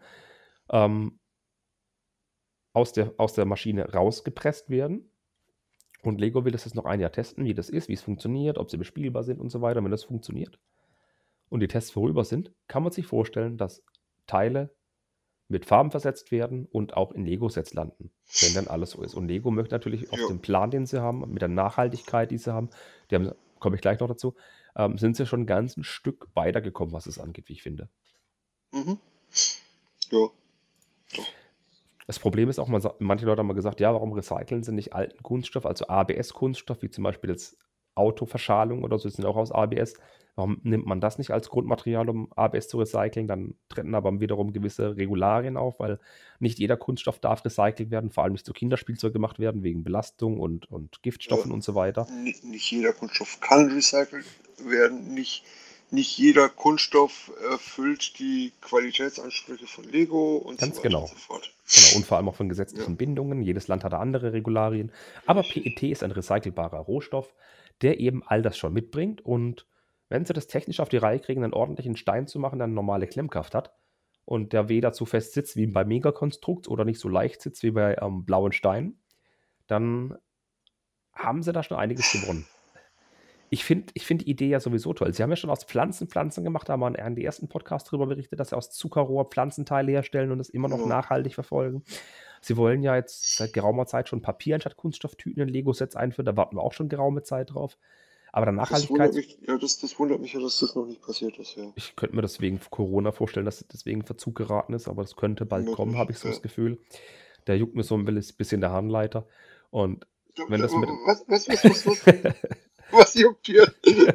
aus der Maschine rausgepresst werden. Und Lego will das jetzt noch ein Jahr testen, wie das ist, wie es funktioniert, ob sie bespielbar sind und so weiter. Und wenn das funktioniert und die Tests vorüber sind, kann man sich vorstellen, dass Teile mit Farben versetzt werden und auch in Lego-Sets landen, wenn dann alles so ist. Und Lego möchte natürlich auf Ja. den Plan, den sie haben, mit der Nachhaltigkeit, die sie haben, komme ich gleich noch dazu, sind sie schon ganz ein Stück weitergekommen, was es angeht, wie ich finde. Mhm. Ja. Das Problem ist auch, manche Leute haben mal gesagt, ja, warum recyceln sie nicht alten Kunststoff, also ABS-Kunststoff, wie zum Beispiel jetzt Autoverschalung oder so, sind auch aus ABS. Warum nimmt man das nicht als Grundmaterial, um ABS zu recyceln? Dann treten aber wiederum gewisse Regularien auf, weil nicht jeder Kunststoff darf recycelt werden, vor allem nicht zu Kinderspielzeug gemacht werden, wegen Belastung und Giftstoffen und so weiter. Nicht jeder Kunststoff kann recycelt werden. Nicht jeder Kunststoff erfüllt die Qualitätsansprüche von Lego und Ganz so weiter genau. und so fort. Genau, und vor allem auch von gesetzlichen Bindungen. Jedes Land hat da andere Regularien. Aber PET ist ein recycelbarer Rohstoff, der eben all das schon mitbringt. Und wenn sie das technisch auf die Reihe kriegen, einen ordentlichen Stein zu machen, der eine normale Klemmkraft hat und der weder zu fest sitzt wie bei Megakonstrukt oder nicht so leicht sitzt wie bei blauen Steinen, dann haben sie da schon einiges gewonnen. Ich find die Idee ja sowieso toll. Sie haben ja schon aus Pflanzen gemacht, da haben wir in den ersten Podcast darüber berichtet, dass sie aus Zuckerrohr Pflanzenteile herstellen und das immer noch Ja. nachhaltig verfolgen. Sie wollen ja jetzt seit geraumer Zeit schon Papier anstatt Kunststofftüten in Lego-Sets einführen, da warten wir auch schon geraume Zeit drauf. Aber der Das wundert Nachhaltigkeit, mich, das wundert mich ja, dass das noch nicht passiert ist. Ja. ich könnte mir das wegen Corona vorstellen, dass es deswegen Verzug geraten ist, aber das könnte bald Möglich, kommen, habe ich so ja. das Gefühl. Der juckt mir so ein bisschen der Harnleiter. Und wenn das mit Was juckt dir?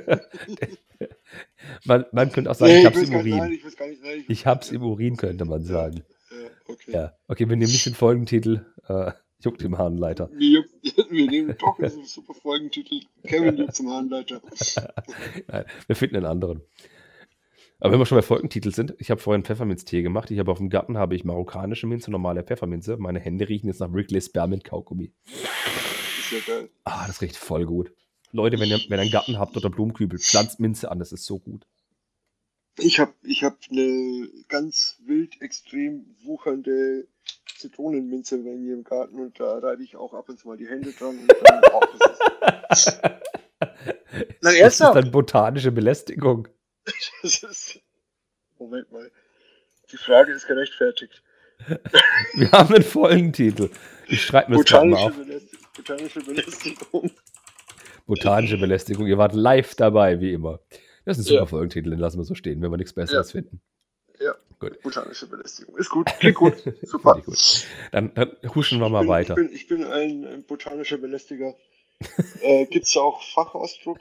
man könnte auch sagen, ich hab's im Urin. Ich weiß gar nicht. Nein, Ich hab's im Urin, könnte man sagen. Okay. Ja, okay, wir nehmen nicht den Folgentitel. Juckt im Harnleiter. Wir nehmen doch diesen super Folgentitel. Kevin juckt zum Harnleiter. Nein, wir finden einen anderen. Aber wenn wir schon bei Folgentitel sind, ich habe vorhin Pfefferminztee gemacht. Ich habe auf dem Garten marokkanische Minze, normale Pfefferminze. Meine Hände riechen jetzt nach Wrigley's Spearmint-Kaugummi. Ist ja geil. Das riecht voll gut. Leute, wenn ihr einen Garten habt oder Blumenkübel, pflanzt Minze an, das ist so gut. Ich hab eine ganz wild, extrem wuchernde Zitronenminze bei mir im Garten und da reibe ich auch ab und zu mal die Hände dran und dann auch das. Na, Das ist dann botanische Belästigung. Das ist. Moment mal. Die Frage ist gerechtfertigt. Wir haben einen Folgentitel. Ich schreibe mir das gerade mal auf. Botanische Belästigung. Botanische Belästigung. Ihr wart live dabei, wie immer. Das ist ein super Ja. Folgentitel, den lassen wir so stehen, wenn wir nichts Besseres finden. Ja. Gut. Botanische Belästigung. Ist gut. Klingt gut. Super. Finde ich gut. Dann huschen wir mal weiter. Ich bin ein botanischer Belästiger. Gibt es auch Fachausdruck?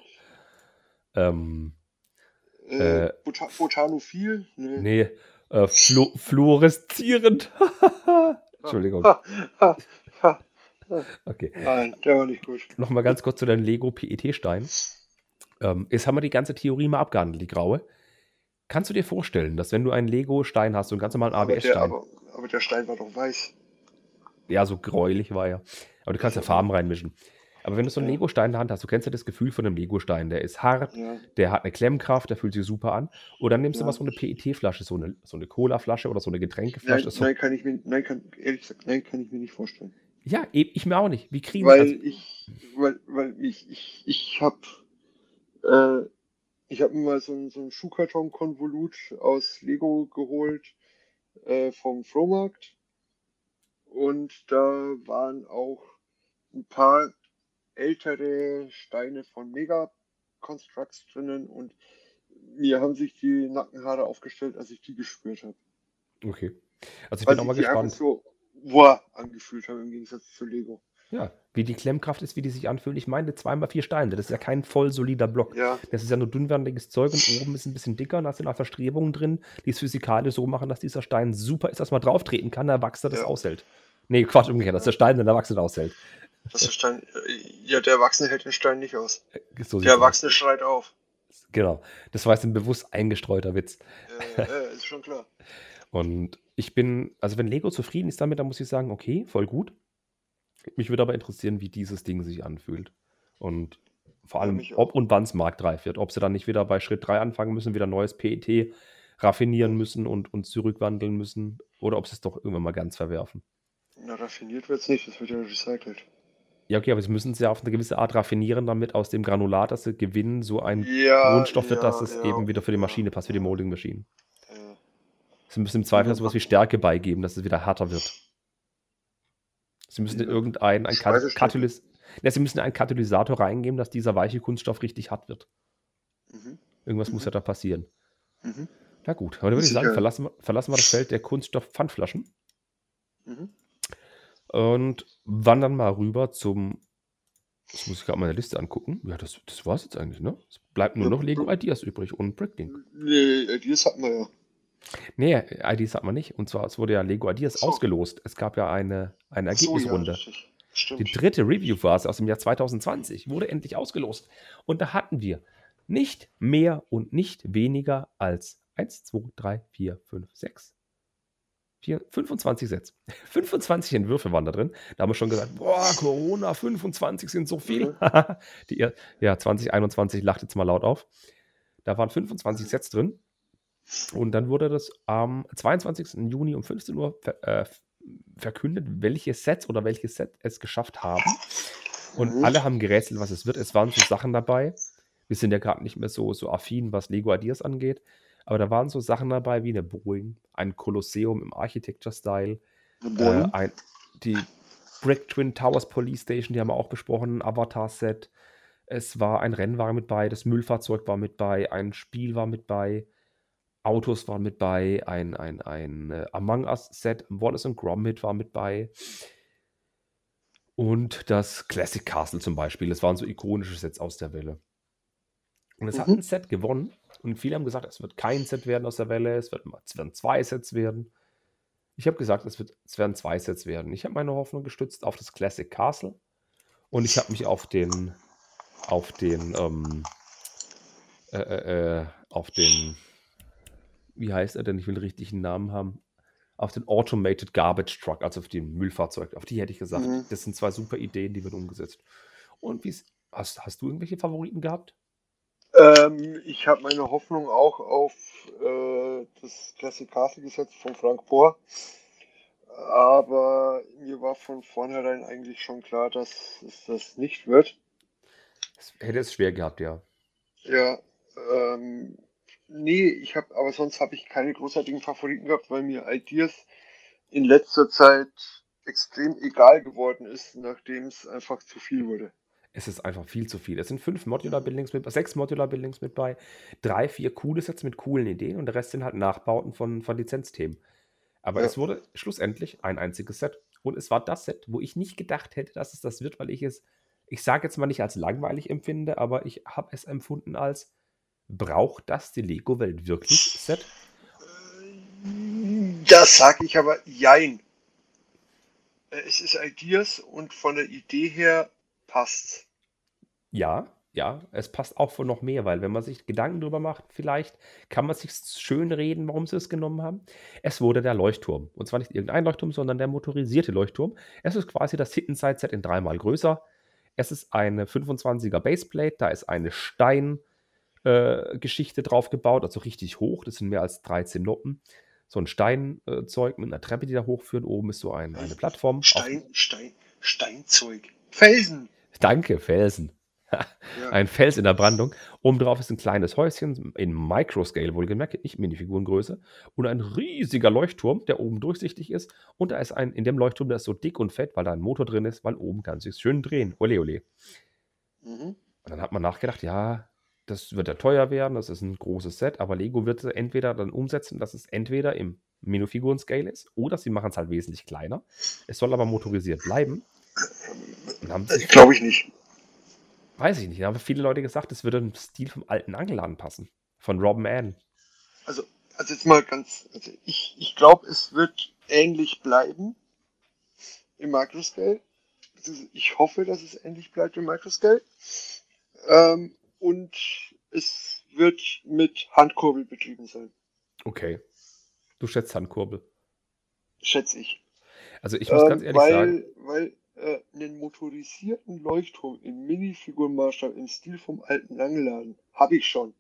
Botanophil? Nee, fluoreszierend. Entschuldigung. Okay. Nein, der war nicht gut. Nochmal ganz kurz zu deinem Lego PET-Stein. Jetzt haben wir die ganze Theorie mal abgehandelt, die graue. Kannst du dir vorstellen, dass wenn du einen Lego-Stein hast, so einen ganz normalen ABS-Stein. Aber der Stein war doch weiß. Ja, so gräulich war er. Aber du kannst ja Farben reinmischen. Aber wenn du so einen Lego-Stein in der Hand hast, du kennst ja das Gefühl von einem Lego-Stein. Der ist hart, der hat eine Klemmkraft, der fühlt sich super an. Oder dann nimmst du mal so eine PET-Flasche, so eine Cola-Flasche oder so eine Getränkeflasche. Nein, kann ich mir nicht vorstellen. Ja, ich mir auch nicht. Wie kriegen weil ich habe mir mal so ein Schuhkarton-Konvolut aus Lego geholt vom Flohmarkt und da waren auch ein paar ältere Steine von Mega Constructs drinnen und mir haben sich die Nackenhaare aufgestellt, als ich die gespürt habe. Okay. Also ich bin auch mal gespannt. So angefühlt habe im Gegensatz zu Lego. Ja, wie die Klemmkraft ist, wie die sich anfühlen. Ich meine, 2x4 Steine, das ist ja kein voll solider Block. Ja, Das ist ja nur dünnwandiges Zeug und oben ist ein bisschen dicker und da sind auch Verstrebungen drin, die es physikalisch so machen, dass dieser Stein super ist, dass man drauf treten kann, der Erwachsene das ja. aushält. Nee, Quatsch, umgekehrt, dass der Stein den Erwachsene aushält. Das ist der Stein. Ja, der Erwachsene hält den Stein nicht aus. So Der sieht's aus. Erwachsene schreit auf. Genau. Das war jetzt ein bewusst eingestreuter Witz. Ist schon klar. Und ich bin, also wenn Lego zufrieden ist damit, dann muss ich sagen, okay, voll gut. Mich würde aber interessieren, wie dieses Ding sich anfühlt. Und vor Ja, allem, mich ob auch. und wann es marktreif wird. Ob sie dann nicht wieder bei Schritt 3 anfangen müssen, wieder neues PET raffinieren müssen und zurückwandeln müssen. Oder ob sie es doch irgendwann mal ganz verwerfen. Na, raffiniert wird's nicht, das wird ja recycelt. Ja, okay, aber sie müssen es ja auf eine gewisse Art raffinieren, damit aus dem Granulat, das sie gewinnen, so ein Ja, Grundstoff wird, dass ja, es ja, eben wieder für die ja, Maschine passt, für die ja. Molding Machine. Ja. Sie müssen im Zweifel sowas wie Stärke beigeben, dass es wieder härter wird. Sie müssen Ja, irgendeinen ich weiß es nicht. Sie müssen einen Katalysator reingeben, dass dieser weiche Kunststoff richtig hart wird. Mhm. Irgendwas muss ja da passieren. Mhm. Na gut, aber dann würde ich sagen, Sicher. verlassen wir das Feld der Kunststoff-Pfandflaschen Mhm. und wandern mal rüber zum. Das muss ich gerade meine Liste angucken. Ja, das war es jetzt eigentlich, ne? Es bleibt nur noch Lego Ideas übrig und Bricklink. Nee, das hatten wir ja. Nee, Ideas hat man nicht. Und zwar, es wurde ja Lego Ideas So. ausgelost. Es gab ja eine So, ja, Ergebnisrunde. richtig. Die Stimmt. dritte Review-Phase aus dem Jahr 2020 wurde endlich ausgelost. Und da hatten wir nicht mehr und nicht weniger als 1, 2, 3, 4, 5, 6, 25 Sets. 25 Entwürfe waren da drin. Da haben wir schon gesagt, boah, Corona, 25 sind so viel. Ja, 2021 lacht jetzt mal laut auf. Da waren 25 Sets drin. Und dann wurde das am 22. Juni um 15 Uhr verkündet, welche Sets oder welches Set es geschafft haben. Und alle haben gerätselt, was es wird. Es waren so Sachen dabei. Wir sind ja gerade nicht mehr so affin, was Lego Ideas angeht. Aber da waren so Sachen dabei wie eine Boeing, ein Kolosseum im Architecture-Style, die Brick Twin Towers Police Station, die haben wir auch besprochen, ein Avatar-Set. Es war ein Rennwagen mit bei, das Müllfahrzeug war mit bei, ein Spiel war mit bei, Autos waren mit bei, ein Among Us-Set, Wallace und Gromit war mit bei. Und das Classic Castle zum Beispiel. Das waren so ikonische Sets aus der Welle. Und es hat ein Set gewonnen. Und viele haben gesagt, es wird kein Set werden aus der Welle, es werden 2 Sets werden. Ich habe gesagt, es werden 2 Sets werden. Ich habe meine Hoffnung gestützt auf das Classic Castle. Und ich habe mich auf den wie heißt er denn? Ich will den richtigen Namen haben. Auf den Automated Garbage Truck, also auf den Müllfahrzeug. Auf die hätte ich gesagt, das sind 2 super Ideen, die werden umgesetzt. Und hast du irgendwelche Favoriten gehabt? Ich habe meine Hoffnung auch auf das Classic Castle gesetzt von Frank Bohr. Aber mir war von vornherein eigentlich schon klar, dass es das nicht wird. Hätte es schwer gehabt, ja. Ja, nee, sonst habe ich keine großartigen Favoriten gehabt, weil mir Ideas in letzter Zeit extrem egal geworden ist, nachdem es einfach zu viel wurde. Es ist einfach viel zu viel. Es sind 6 Modular-Buildings mit bei, 3, 4 coole Sets mit coolen Ideen und der Rest sind halt Nachbauten von Lizenzthemen. Aber es wurde schlussendlich ein einziges Set. Und es war das Set, wo ich nicht gedacht hätte, dass es das wird, weil ich sage jetzt mal nicht als langweilig empfinde, aber ich habe es empfunden als, braucht das die Lego-Welt wirklich Set? Das sage ich aber jein. Es ist Ideas und von der Idee her passt's. Ja, es passt auch für noch mehr, weil wenn man sich Gedanken drüber macht, vielleicht kann man sich schön reden, warum sie es genommen haben. Es wurde der Leuchtturm. Und zwar nicht irgendein Leuchtturm, sondern der motorisierte Leuchtturm. Es ist quasi das Hidden-Side-Set in 3-mal größer. Es ist eine 25er Baseplate, da ist eine Steingeschichte drauf gebaut, also richtig hoch. Das sind mehr als 13 Noppen. So ein Steinzeug mit einer Treppe, die da hochführt. Oben ist so eine Plattform. Steinzeug. Felsen. Danke, Felsen. Ein Fels in der Brandung. Oben drauf ist ein kleines Häuschen in Microscale, wohlgemerkt, nicht Minifigurengröße. Und ein riesiger Leuchtturm, der oben durchsichtig ist. Und da ist in dem Leuchtturm, der ist so dick und fett, weil da ein Motor drin ist, weil oben kann es sich schön drehen. Ole, ole. Und dann hat man nachgedacht, ja, das wird ja teuer werden, das ist ein großes Set, aber Lego wird es entweder dann umsetzen, dass es entweder im Minifiguren-Scale ist, oder sie machen es halt wesentlich kleiner. Es soll aber motorisiert bleiben. Und haben sich, Glaube ich nicht. weiß ich nicht, da haben viele Leute gesagt, es würde im Stil vom alten Angeladen passen. Von Rob Mann. Also jetzt mal also ich glaube, es wird ähnlich bleiben im Microscale. Ich hoffe, dass es ähnlich bleibt im Microscale. Und es wird mit Handkurbel betrieben sein, Okay. Du schätzt Handkurbel. schätze ich. Also ich muss ganz ehrlich sagen, Weil einen motorisierten Leuchtturm im Minifigurmaßstab im Stil vom alten Angeladen habe ich schon.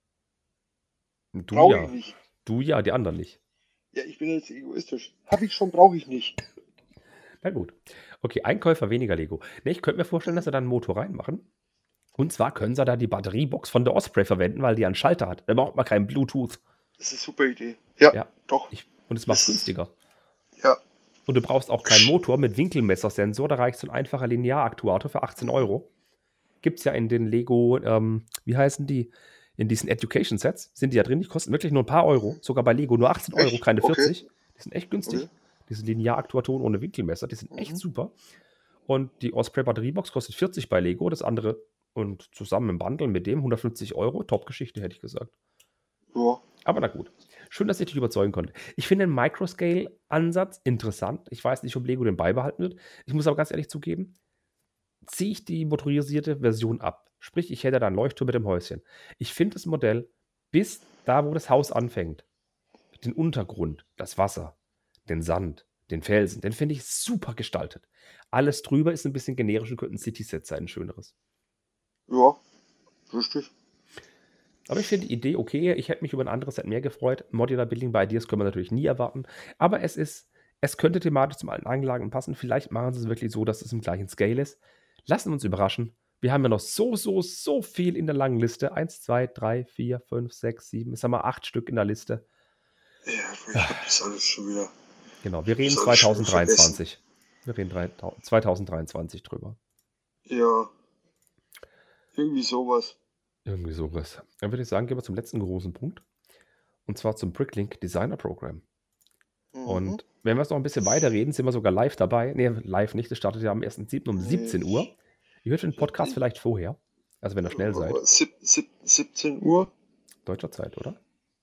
du Brauche ja. ich nicht. Du ja, die anderen nicht. Ja, ich bin jetzt egoistisch. Habe ich schon, brauche ich nicht. Na gut. Okay, Einkäufer weniger Lego. Ne, ich könnte mir vorstellen, dass sie da einen Motor reinmachen. Und zwar können sie da die Batteriebox von der Osprey verwenden, weil die einen Schalter hat. Da braucht man keinen Bluetooth. Das ist eine super Idee. Ja, Ja, doch. und es macht Das- günstiger. Ja, Und du brauchst auch keinen Motor mit Winkelmessersensor. Da reicht so ein einfacher Linearaktuator für 18 Euro. Gibt es ja in den Lego, wie heißen die? In diesen Education Sets sind die ja drin. Die kosten wirklich nur ein paar Euro. Sogar bei Lego nur 18 Euro, Echt? keine Okay. 40. Die sind echt günstig. Okay. Diese Linearaktuatoren ohne Winkelmesser, die sind echt Mhm. super. Und die Osprey Batteriebox kostet 40 bei Lego. Das andere und zusammen im Bundle mit dem 150 Euro. Top-Geschichte, hätte ich gesagt. Ja. Aber na gut. Schön, dass ich dich überzeugen konnte. Ich finde den Microscale-Ansatz interessant. Ich weiß nicht, ob Lego den beibehalten wird. Ich muss aber ganz ehrlich zugeben, ziehe ich die motorisierte Version ab. Sprich, ich hätte da einen Leuchtturm mit dem Häuschen. Ich finde das Modell bis da, wo das Haus anfängt, den Untergrund, das Wasser, den Sand, den Felsen, den finde ich super gestaltet. Alles drüber ist ein bisschen generisch und könnte ein City-Set sein, ein schöneres. Ja. Richtig. Aber ich finde die Idee okay. Ich hätte mich über ein anderes Set mehr gefreut. Modular Building bei Ideas können wir natürlich nie erwarten. Aber es könnte thematisch zum alten Anlagen passen. Vielleicht machen sie es wirklich so, dass es im gleichen Scale ist. Lassen wir uns überraschen. Wir haben ja noch so viel in der langen Liste. 1, 2, 3, 4, 5, 6, 7. Ich sag mal 8 Stück in der Liste. Ja, ich habe das alles schon wieder. Genau, wir reden Das hab ich schon 2023. Wir reden 2023 drüber. Ja. Irgendwie sowas. Irgendwie sowas. Dann würde ich sagen, gehen wir zum letzten großen Punkt. Und zwar zum Bricklink Designer Program. Mhm. Und wenn wir es noch ein bisschen weiter reden, sind wir sogar live dabei. Nee, live nicht. Das startet ja am 1.7. um 17 Uhr. Ihr hört den Podcast vielleicht vorher. Also wenn ihr schnell seid. 17 Uhr. Deutscher Zeit, oder?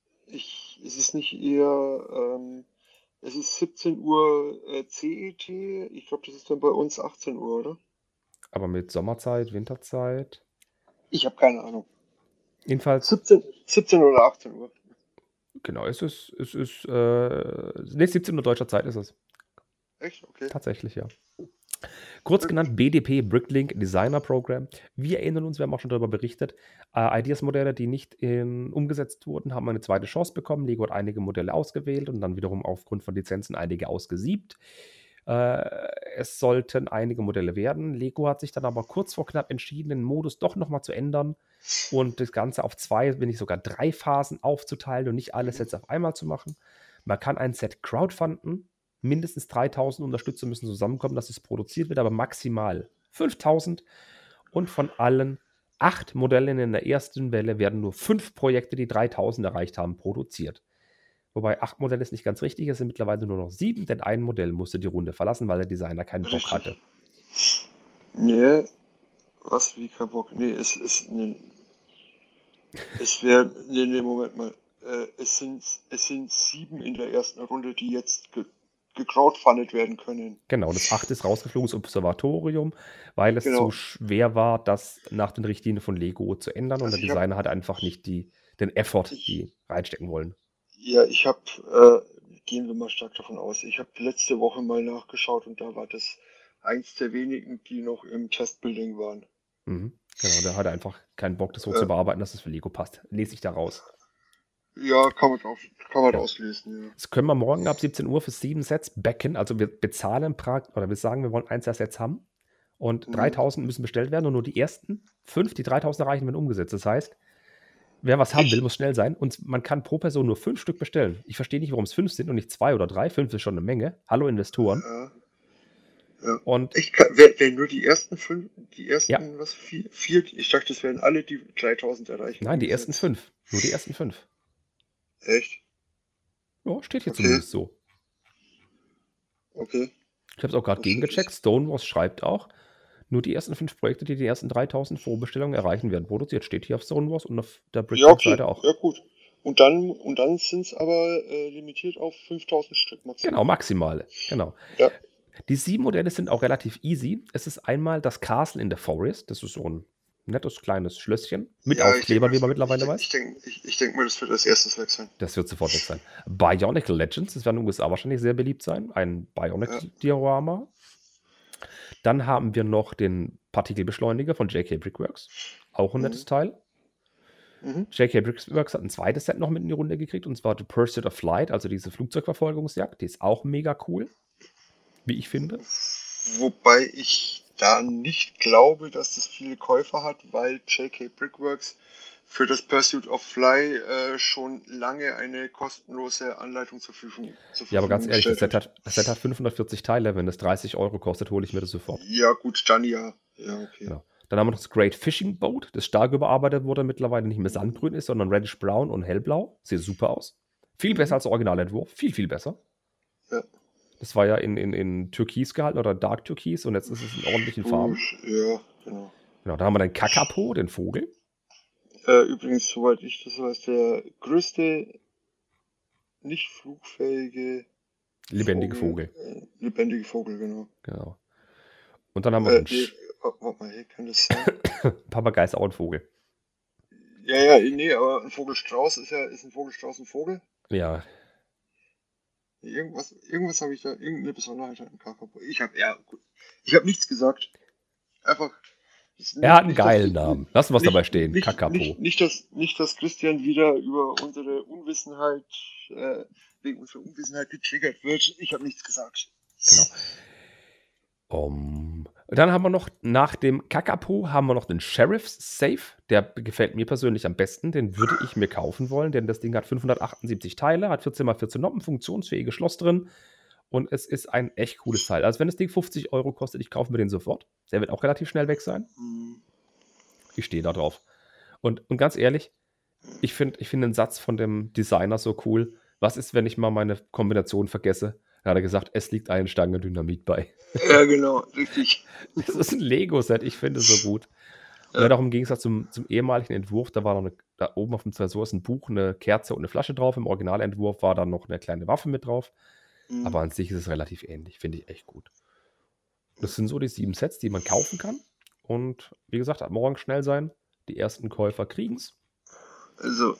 Es ist nicht eher, es ist 17 Uhr CET. Ich glaube, das ist dann bei uns 18 Uhr, oder? Aber mit Sommerzeit, Winterzeit. Ich habe keine Ahnung. Jedenfalls, 17 oder 18 Uhr. genau, es ist, nee, 17 Uhr deutscher Zeit ist es. Echt? Okay. Tatsächlich, ja. Kurz genannt BDP, Bricklink Designer Program. Wir erinnern uns, wir haben auch schon darüber berichtet, Ideas-Modelle, die nicht umgesetzt wurden, haben eine zweite Chance bekommen. Lego hat einige Modelle ausgewählt und dann wiederum aufgrund von Lizenzen einige ausgesiebt. Es sollten einige Modelle werden. Lego hat sich dann aber kurz vor knapp entschieden, den Modus doch nochmal zu ändern und das Ganze auf 2, wenn nicht sogar 3 Phasen aufzuteilen und nicht alle Sets auf einmal zu machen. Man kann ein Set crowdfunden. Mindestens 3.000 Unterstützer müssen zusammenkommen, dass es produziert wird, aber maximal 5.000. Und von allen 8 Modellen in der ersten Welle werden nur 5 Projekte, die 3.000 erreicht haben, produziert. Wobei 8 Modelle ist nicht ganz richtig, es sind mittlerweile nur noch 7, denn ein Modell musste die Runde verlassen, weil der Designer keinen Bock Richtig. hatte. Nee, was, wie kein Bock? Nee, nee, Moment mal. Es sind 7 in der ersten Runde, die jetzt gecrowdfundet werden können. Genau, das 8 ist rausgeflogen, das Observatorium, weil es Genau. zu schwer war, das nach den Richtlinien von Lego zu ändern und Also der ich hab- Designer hat einfach nicht den Effort, Ich- die reinstecken wollen. Ja, gehen wir mal stark davon aus. Ich habe letzte Woche mal nachgeschaut und da war das eins der wenigen, die noch im Testbuilding waren. Mhm. Genau, der hatte einfach keinen Bock, das so zu bearbeiten, dass es für Lego passt. Lese ich da raus. Ja, kann man Ja. rauslesen, ja. Das können wir morgen ab 17 Uhr für 7 Sets backen. Also wir bezahlen oder wir sagen, wir wollen 1 der Sets haben. Und 3.000 müssen bestellt werden und nur die ersten 5, die 3.000 erreichen, werden umgesetzt. Das heißt, wer was haben will, muss schnell sein. Und man kann pro Person nur 5 Stück bestellen. Ich verstehe nicht, warum es 5 sind und nicht 2 oder 3. 5 ist schon eine Menge. Hallo Investoren. Ja. Und Wenn nur die ersten 5, Ja. was, 4, ich dachte, das wären alle, die 3.000 erreichen. nein, die ersten umgesetzt. 5. Nur die ersten 5. Echt? Ja, steht hier Okay. zumindest so. Okay. Ich habe es auch gerade Okay. gegengecheckt. Stonewalls schreibt auch, Nur die ersten 5 Projekte, die ersten 3000 Vorbestellungen erreichen, werden produziert. Steht hier auf Stonewars und auf der Ja, Bricklink-Seite okay. auch. Ja, gut. Und dann sind es aber limitiert auf 5000 Stück maximal. Genau, maximale. Genau. Ja. Die 7 Modelle sind auch relativ easy. Es ist einmal das Castle in the Forest. Das ist so ein nettes kleines Schlösschen mit Ja, Aufklebern, wie man mittlerweile weiß. Ich denke mal, das wird als erstes weg sein. Das wird sofort weg sein. Bionicle Legends, das wird in den USA wahrscheinlich sehr beliebt sein. Ein Bionicle-Diorama. Dann haben wir noch den Partikelbeschleuniger von JK Brickworks. Auch ein nettes Teil. Mhm. JK Brickworks hat ein zweites Set noch mit in die Runde gekriegt, und zwar The Pursuit of Flight, also diese Flugzeugverfolgungsjagd. Die ist auch mega cool, wie ich finde. Wobei ich da nicht glaube, dass das viele Käufer hat, weil JK Brickworks für das Pursuit of Fly schon lange eine kostenlose Anleitung zur Verfügung Ja, aber ganz ehrlich, das gestellt Set hat 540 Teile. Wenn das 30 € kostet, hole ich mir das sofort. Ja, gut, dann ja. Ja, okay. Genau. Dann haben wir noch das Great Fishing Boat, das stark überarbeitet wurde, mittlerweile nicht mehr sandgrün ist, sondern reddish brown und hellblau. Sieht super aus. Viel besser als der Originalentwurf. Viel, viel besser. Ja. Das war ja in Türkis gehalten oder Dark Türkis, und jetzt ist es in ordentlichen Farben. Ja, genau. Genau, da haben wir den Kakapo, den Vogel. Übrigens, soweit ich das weiß, der größte nicht flugfähige Lebendige Vogel. Lebendige Vogel, genau. Genau. Und dann haben wir warte mal, hier kann das sein. Papagei ist auch ein Vogel. Ja, nee, aber ein Vogelstrauß ist ein Vogelstrauß ein Vogel? Ja. Irgendwas habe ich da, irgendeine Besonderheit an Kakapo. Ich habe nichts gesagt. Einfach. Er hat einen geilen Namen. Lassen wir es dabei stehen. Kakapo. Nicht, dass Christian wieder über unsere Unwissenheit, wegen unserer Unwissenheit getriggert wird. Ich habe nichts gesagt. Genau. Dann haben wir noch, nach dem Kakapo, haben wir noch den Sheriff's Safe. Der gefällt mir persönlich am besten. Den würde ich mir kaufen wollen, denn das Ding hat 578 Teile, hat 14x14 Noppen, funktionsfähiges Schloss drin. Und es ist ein echt cooles Teil. Also wenn das Ding 50 € kostet, ich kaufe mir den sofort. Der wird auch relativ schnell weg sein. Ich stehe da drauf. Und ganz ehrlich, ich finde den Satz von dem Designer so cool. Was ist, wenn ich mal meine Kombination vergesse? Da hat er gesagt, es liegt eine Stange Dynamit bei. Ja, genau, richtig. Das ist ein Lego-Set, ich finde es so gut. Und er hat auch im Gegensatz zum ehemaligen Entwurf, da war noch da oben auf dem Tresor ist ein Buch, eine Kerze und eine Flasche drauf. Im Originalentwurf war dann noch eine kleine Waffe mit drauf. Aber an sich ist es relativ ähnlich, finde ich echt gut. Das sind so die 7 Sets, die man kaufen kann. Und wie gesagt, ab morgen schnell sein. Die ersten Käufer kriegen es. Also,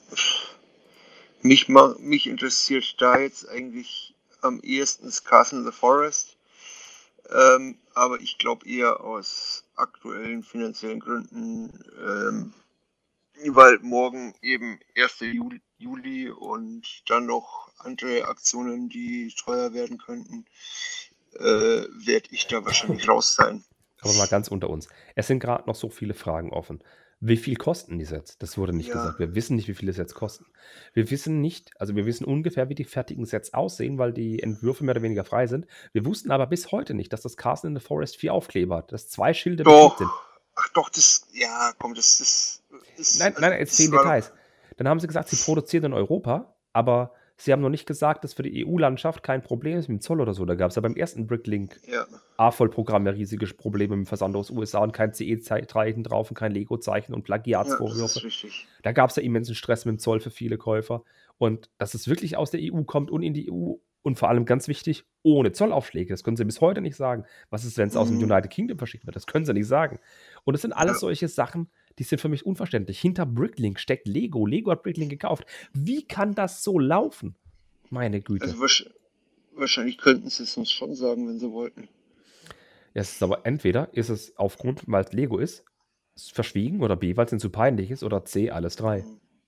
mich interessiert da jetzt eigentlich am ehesten das Castle in the Forest. Aber ich glaube eher aus aktuellen finanziellen Gründen, weil morgen eben 1. Juli und dann noch andere Aktionen, die teuer werden könnten, werde ich da wahrscheinlich raus sein. Aber mal ganz unter uns. Es sind gerade noch so viele Fragen offen. Wie viel kosten die Sets? Das wurde nicht gesagt. Wir wissen nicht, wie viele Sets kosten. Wir wissen ungefähr, wie die fertigen Sets aussehen, weil die Entwürfe mehr oder weniger frei sind. Wir wussten aber bis heute nicht, dass das Castle in the Forest 4 Aufkleber hat, dass 2 Schilde Doch. sind. Ach doch, das ist... Nein, jetzt fehlen Details. Dann haben sie gesagt, sie produzieren in Europa, aber sie haben noch nicht gesagt, dass für die EU-Landschaft kein Problem ist mit dem Zoll oder so. Da gab es ja beim ersten Bricklink A-Voll-Programm ja riesige Probleme mit dem Versand aus USA und kein CE-Zeichen drauf und kein Lego-Zeichen und Plagiatsvorwürfe. Da gab es ja immensen Stress mit dem Zoll für viele Käufer. Und dass es wirklich aus der EU kommt und in die EU und vor allem ganz wichtig, ohne Zollaufschläge. Das können sie bis heute nicht sagen. Was ist, wenn es aus dem United Kingdom verschickt wird? Das können sie nicht sagen. Und es sind alles solche Sachen, die sind für mich unverständlich. Hinter Bricklink steckt Lego. Lego hat Bricklink gekauft. Wie kann das so laufen? Meine Güte. Also wahrscheinlich könnten sie es uns schon sagen, wenn sie wollten. Ja, es ist aber entweder ist es aufgrund, weil es Lego ist, verschwiegen, oder B, weil es ihnen zu peinlich ist, oder C, alles 3.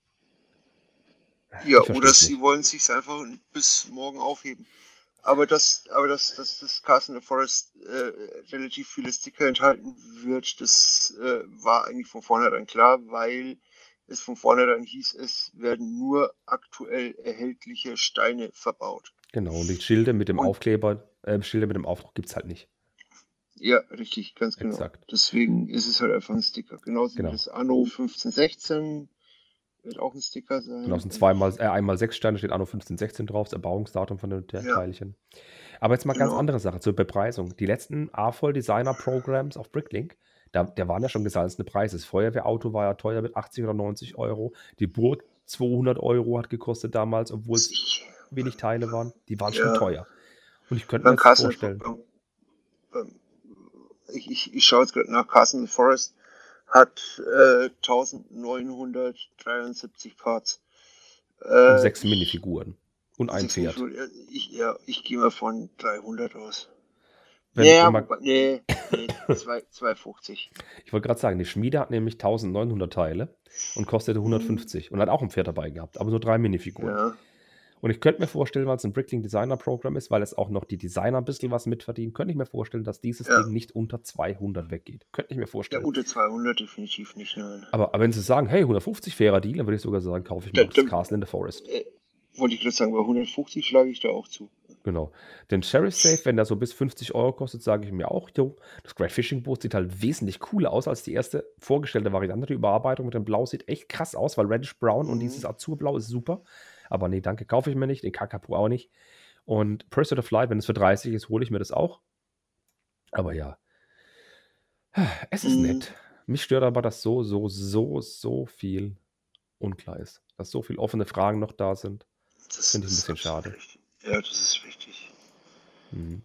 Ja, oder sie wollen es sich einfach bis morgen aufheben. Aber dass Castle in the Forest relativ viele Sticker enthalten wird, das war eigentlich von vornherein klar, weil es von vornherein hieß, es werden nur aktuell erhältliche Steine verbaut. Genau, und die Schilde mit dem Aufkleber, Schilde mit dem Aufdruck gibt es halt nicht. Ja, richtig, ganz genau. Exakt. Deswegen ist es halt einfach ein Sticker. Genauso wie das Anno 1516 wird auch ein Sticker sein. Genau, es sind einmal 6 Sterne, steht Anno 1516 drauf, das Erbauungsdatum von den Ja, Teilchen. Aber jetzt mal ganz genau. andere Sache zur Bepreisung. Die letzten AFOL-Designer-Programs auf Bricklink, da waren ja schon gesalzene Preise. Das Feuerwehrauto war ja teuer mit 80 oder 90 Euro. Die Burg 200 Euro hat gekostet damals, obwohl es Ich, wenig Teile waren. Die waren schon ja, teuer. Und ich könnte mir beim jetzt Castle, vorstellen, ich schaue jetzt gerade nach, Castle Forest hat 1973 Parts. und 6 Ich, Minifiguren und ein 6 Pferd. Minuten, ich gehe mal von 300 aus. Wenn Ja, man, nee, 250. ich wollte gerade sagen, die Schmiede hat nämlich 1900 Teile und kostete 150 und hat auch ein Pferd dabei gehabt, aber nur 3 Minifiguren. Ja, Und ich könnte mir vorstellen, weil es ein Bricklink Designer Programm ist, weil es auch noch die Designer ein bisschen was mitverdienen, könnte ich mir vorstellen, dass dieses ja. Ding nicht unter 200 weggeht. Könnte ich mir Ja, vorstellen. unter 200 definitiv nicht, nein. Aber wenn sie sagen, hey, 150 fairer Deal, dann würde ich sogar sagen, kaufe ich mir auch das Castle in the Forest. Wollte ich gerade sagen, bei 150 schlage ich da auch zu. Genau. Den Sheriff Safe, wenn der so bis 50 Euro kostet, sage ich mir auch, jo, das Great Fishing Boot sieht halt wesentlich cooler aus als die erste vorgestellte Variante. Die Überarbeitung mit dem Blau sieht echt krass aus, weil Reddish Brown und dieses Azurblau ist super. Aber nee, danke, kaufe ich mir nicht. Den Kakapo auch nicht. Und Pursuit of Light, wenn es für 30 ist, hole ich mir das auch. Aber ja, es ist nett. Mich stört aber, dass so viel unklar ist. Dass so viele offene Fragen noch da sind. Das Finde ich ein ist bisschen schade. richtig. Ja, das ist richtig. Mhm.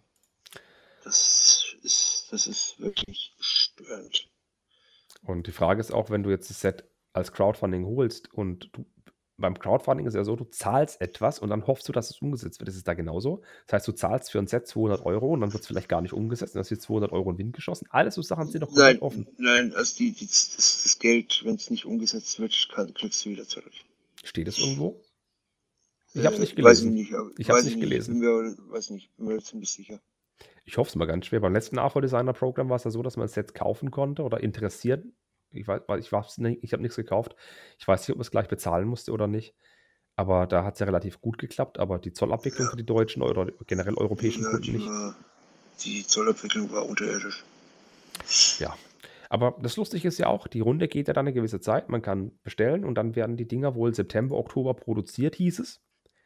Das ist wirklich störend. Und die Frage ist auch, wenn du jetzt das Set als Crowdfunding holst und beim Crowdfunding ist ja so, du zahlst etwas und dann hoffst du, dass es umgesetzt wird. Ist es da genauso? Das heißt, du zahlst für ein Set 200 Euro und dann wird es vielleicht gar nicht umgesetzt und dann hast du 200 Euro in den Wind geschossen. Alles so Sachen sind doch komplett offen. Nein, also das Geld, wenn es nicht umgesetzt wird, kriegst du wieder zurück. Steht es irgendwo? Ich habe es nicht Weiß ich gelesen. nicht. Ich habe es nicht gelesen. Bin mir ziemlich sicher. Ich hoffe es mal ganz schwer. Beim letzten AV-Designer-Programm war es ja so, dass man das Set kaufen konnte oder interessiert. Ich habe nichts gekauft. Ich weiß nicht, ob man es gleich bezahlen musste oder nicht. Aber da hat es ja relativ gut geklappt. Aber die Zollabwicklung für die deutschen oder generell europäischen Kunden nicht. Die Zollabwicklung war unterirdisch. Ja. Aber das Lustige ist ja auch, die Runde geht ja dann eine gewisse Zeit. Man kann bestellen und dann werden die Dinger wohl September, Oktober produziert, hieß es.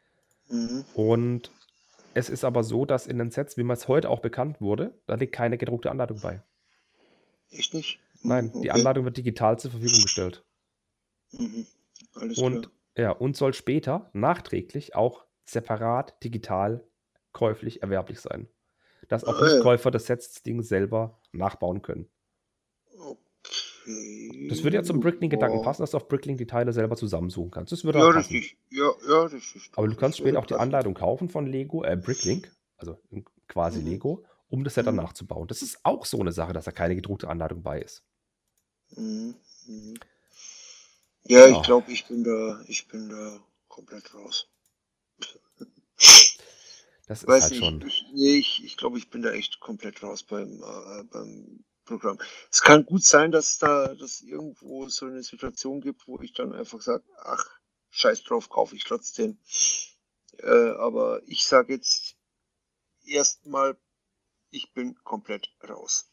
Und es ist aber so, dass in den Sets, wie man es heute auch bekannt wurde, da liegt keine gedruckte Anleitung bei. Echt nicht? Nein, die Anleitung wird digital zur Verfügung gestellt. Alles Und, klar. ja, und soll später nachträglich auch separat digital käuflich erwerblich sein. Dass auch Nichtkäufer das Ding selber nachbauen können. Okay. Das würde ja zum Bricklink-Gedanken passen, dass du auf Bricklink die Teile selber zusammensuchen kannst. Das würde Ja, auch passen. richtig. Ja, richtig. Aber du kannst später auch die Anleitung kaufen von Bricklink, also quasi Lego, um das Set dann nachzubauen. Das ist auch so eine Sache, dass da keine gedruckte Anleitung bei ist. Ja, Ja. ich glaube, ich bin da komplett raus. Das ist Weiß halt nicht, schon. ich glaube, ich bin da echt komplett raus beim Programm. Es kann gut sein, dass das irgendwo so eine Situation gibt, wo ich dann einfach sage, ach, scheiß drauf, kaufe ich trotzdem. Aber ich sage jetzt erstmal, ich bin komplett raus.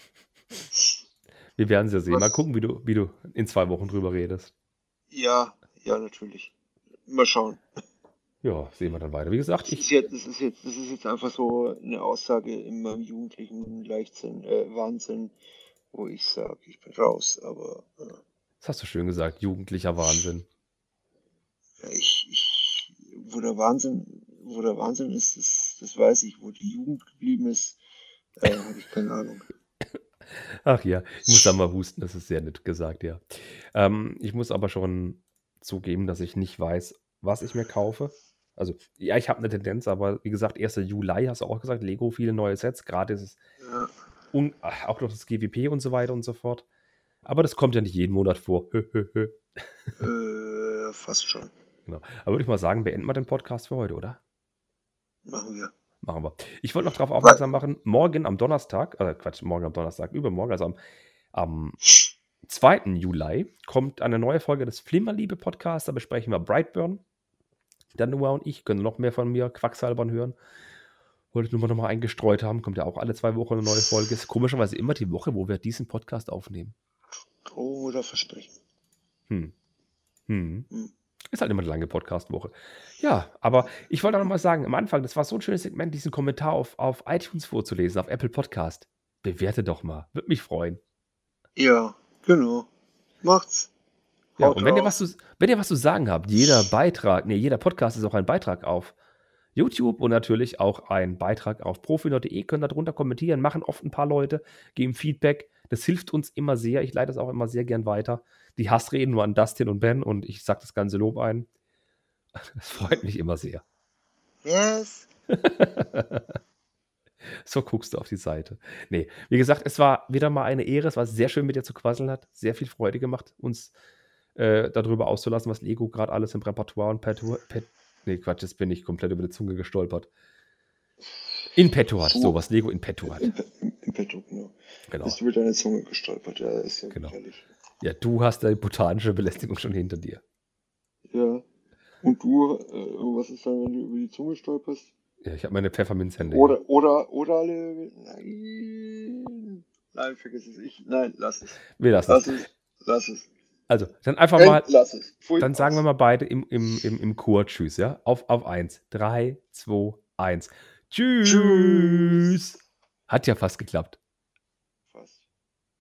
Wir werden es ja sehen. Was? Mal gucken, wie du in 2 Wochen drüber redest. Ja, natürlich. Mal schauen. Ja, sehen wir dann weiter. Wie gesagt, Das ist jetzt einfach so eine Aussage in meinem jugendlichen Leichtsinn, Wahnsinn, wo ich sage, ich bin raus, aber das hast du schön gesagt, jugendlicher Wahnsinn. ja, wo der Wahnsinn ist, das weiß ich, wo die Jugend geblieben ist, habe ich keine Ahnung. Ach ja, ich muss da mal husten, das ist sehr nett gesagt, ja. Ich muss aber schon zugeben, dass ich nicht weiß, was ich mir kaufe. Also, ja, ich habe eine Tendenz, aber wie gesagt, 1. Juli hast du auch gesagt, Lego, viele neue Sets, gerade ist es auch noch das GWP und so weiter und so fort. Aber das kommt ja nicht jeden Monat vor. Fast schon. Genau. Aber würde ich mal sagen, beenden wir den Podcast für heute, oder? Machen wir. Machen wir. Ich wollte noch darauf aufmerksam machen, morgen am Donnerstag, übermorgen, also am 2. Juli kommt eine neue Folge des Flimmerliebe-Podcasts, da besprechen wir Brightburn. Der Noah und ich können noch mehr von mir quacksalbern hören. Wollte ich nur noch mal eingestreut haben, kommt ja auch alle 2 Wochen eine neue Folge. Ist komischerweise immer die Woche, wo wir diesen Podcast aufnehmen. Oder versprechen. Hm. Hm. Ist halt immer eine lange Podcast-Woche. Ja, aber ich wollte auch noch mal sagen, am Anfang, das war so ein schönes Segment, diesen Kommentar auf iTunes vorzulesen, auf Apple Podcast. Bewerte doch mal. Würde mich freuen. Ja, genau. Macht's. Ja, Haut und wenn ihr raus. was zu sagen habt, jeder Podcast ist auch ein Beitrag auf YouTube und natürlich auch ein Beitrag auf profinord.de. Könnt da drunter kommentieren, machen oft ein paar Leute, geben Feedback. Das hilft uns immer sehr. Ich leite das auch immer sehr gern weiter. Die Hassreden nur an Dustin und Ben und ich sage das ganze Lob ein. Das freut mich immer sehr. Yes. So guckst du auf die Seite. Nee, wie gesagt, es war wieder mal eine Ehre. Es war sehr schön, mit dir zu quasseln. Hat sehr viel Freude gemacht, uns darüber auszulassen, was Lego gerade alles im Repertoire und nee, Quatsch, jetzt bin ich komplett über die Zunge gestolpert. In petto hat, so was Lego in petto hat. Im Petto, genau. Genau. Bist du mit deiner Zunge gestolpert? Ja, ist ja Genau. gefährlich. Ja, du hast deine botanische Belästigung schon hinter dir. Ja. Und du, was ist dann, wenn du über die Zunge stolperst? Ja, ich habe meine Pfefferminzhände. Oder alle. Nein, vergiss es. Nein, lass es. Wir lassen Lass es. Also, dann einfach mal. Lass es. Dann sagen wir mal beide im Chor Tschüss, ja? Auf 1. 3, 2, 1. Tschüss. Hat ja fast geklappt.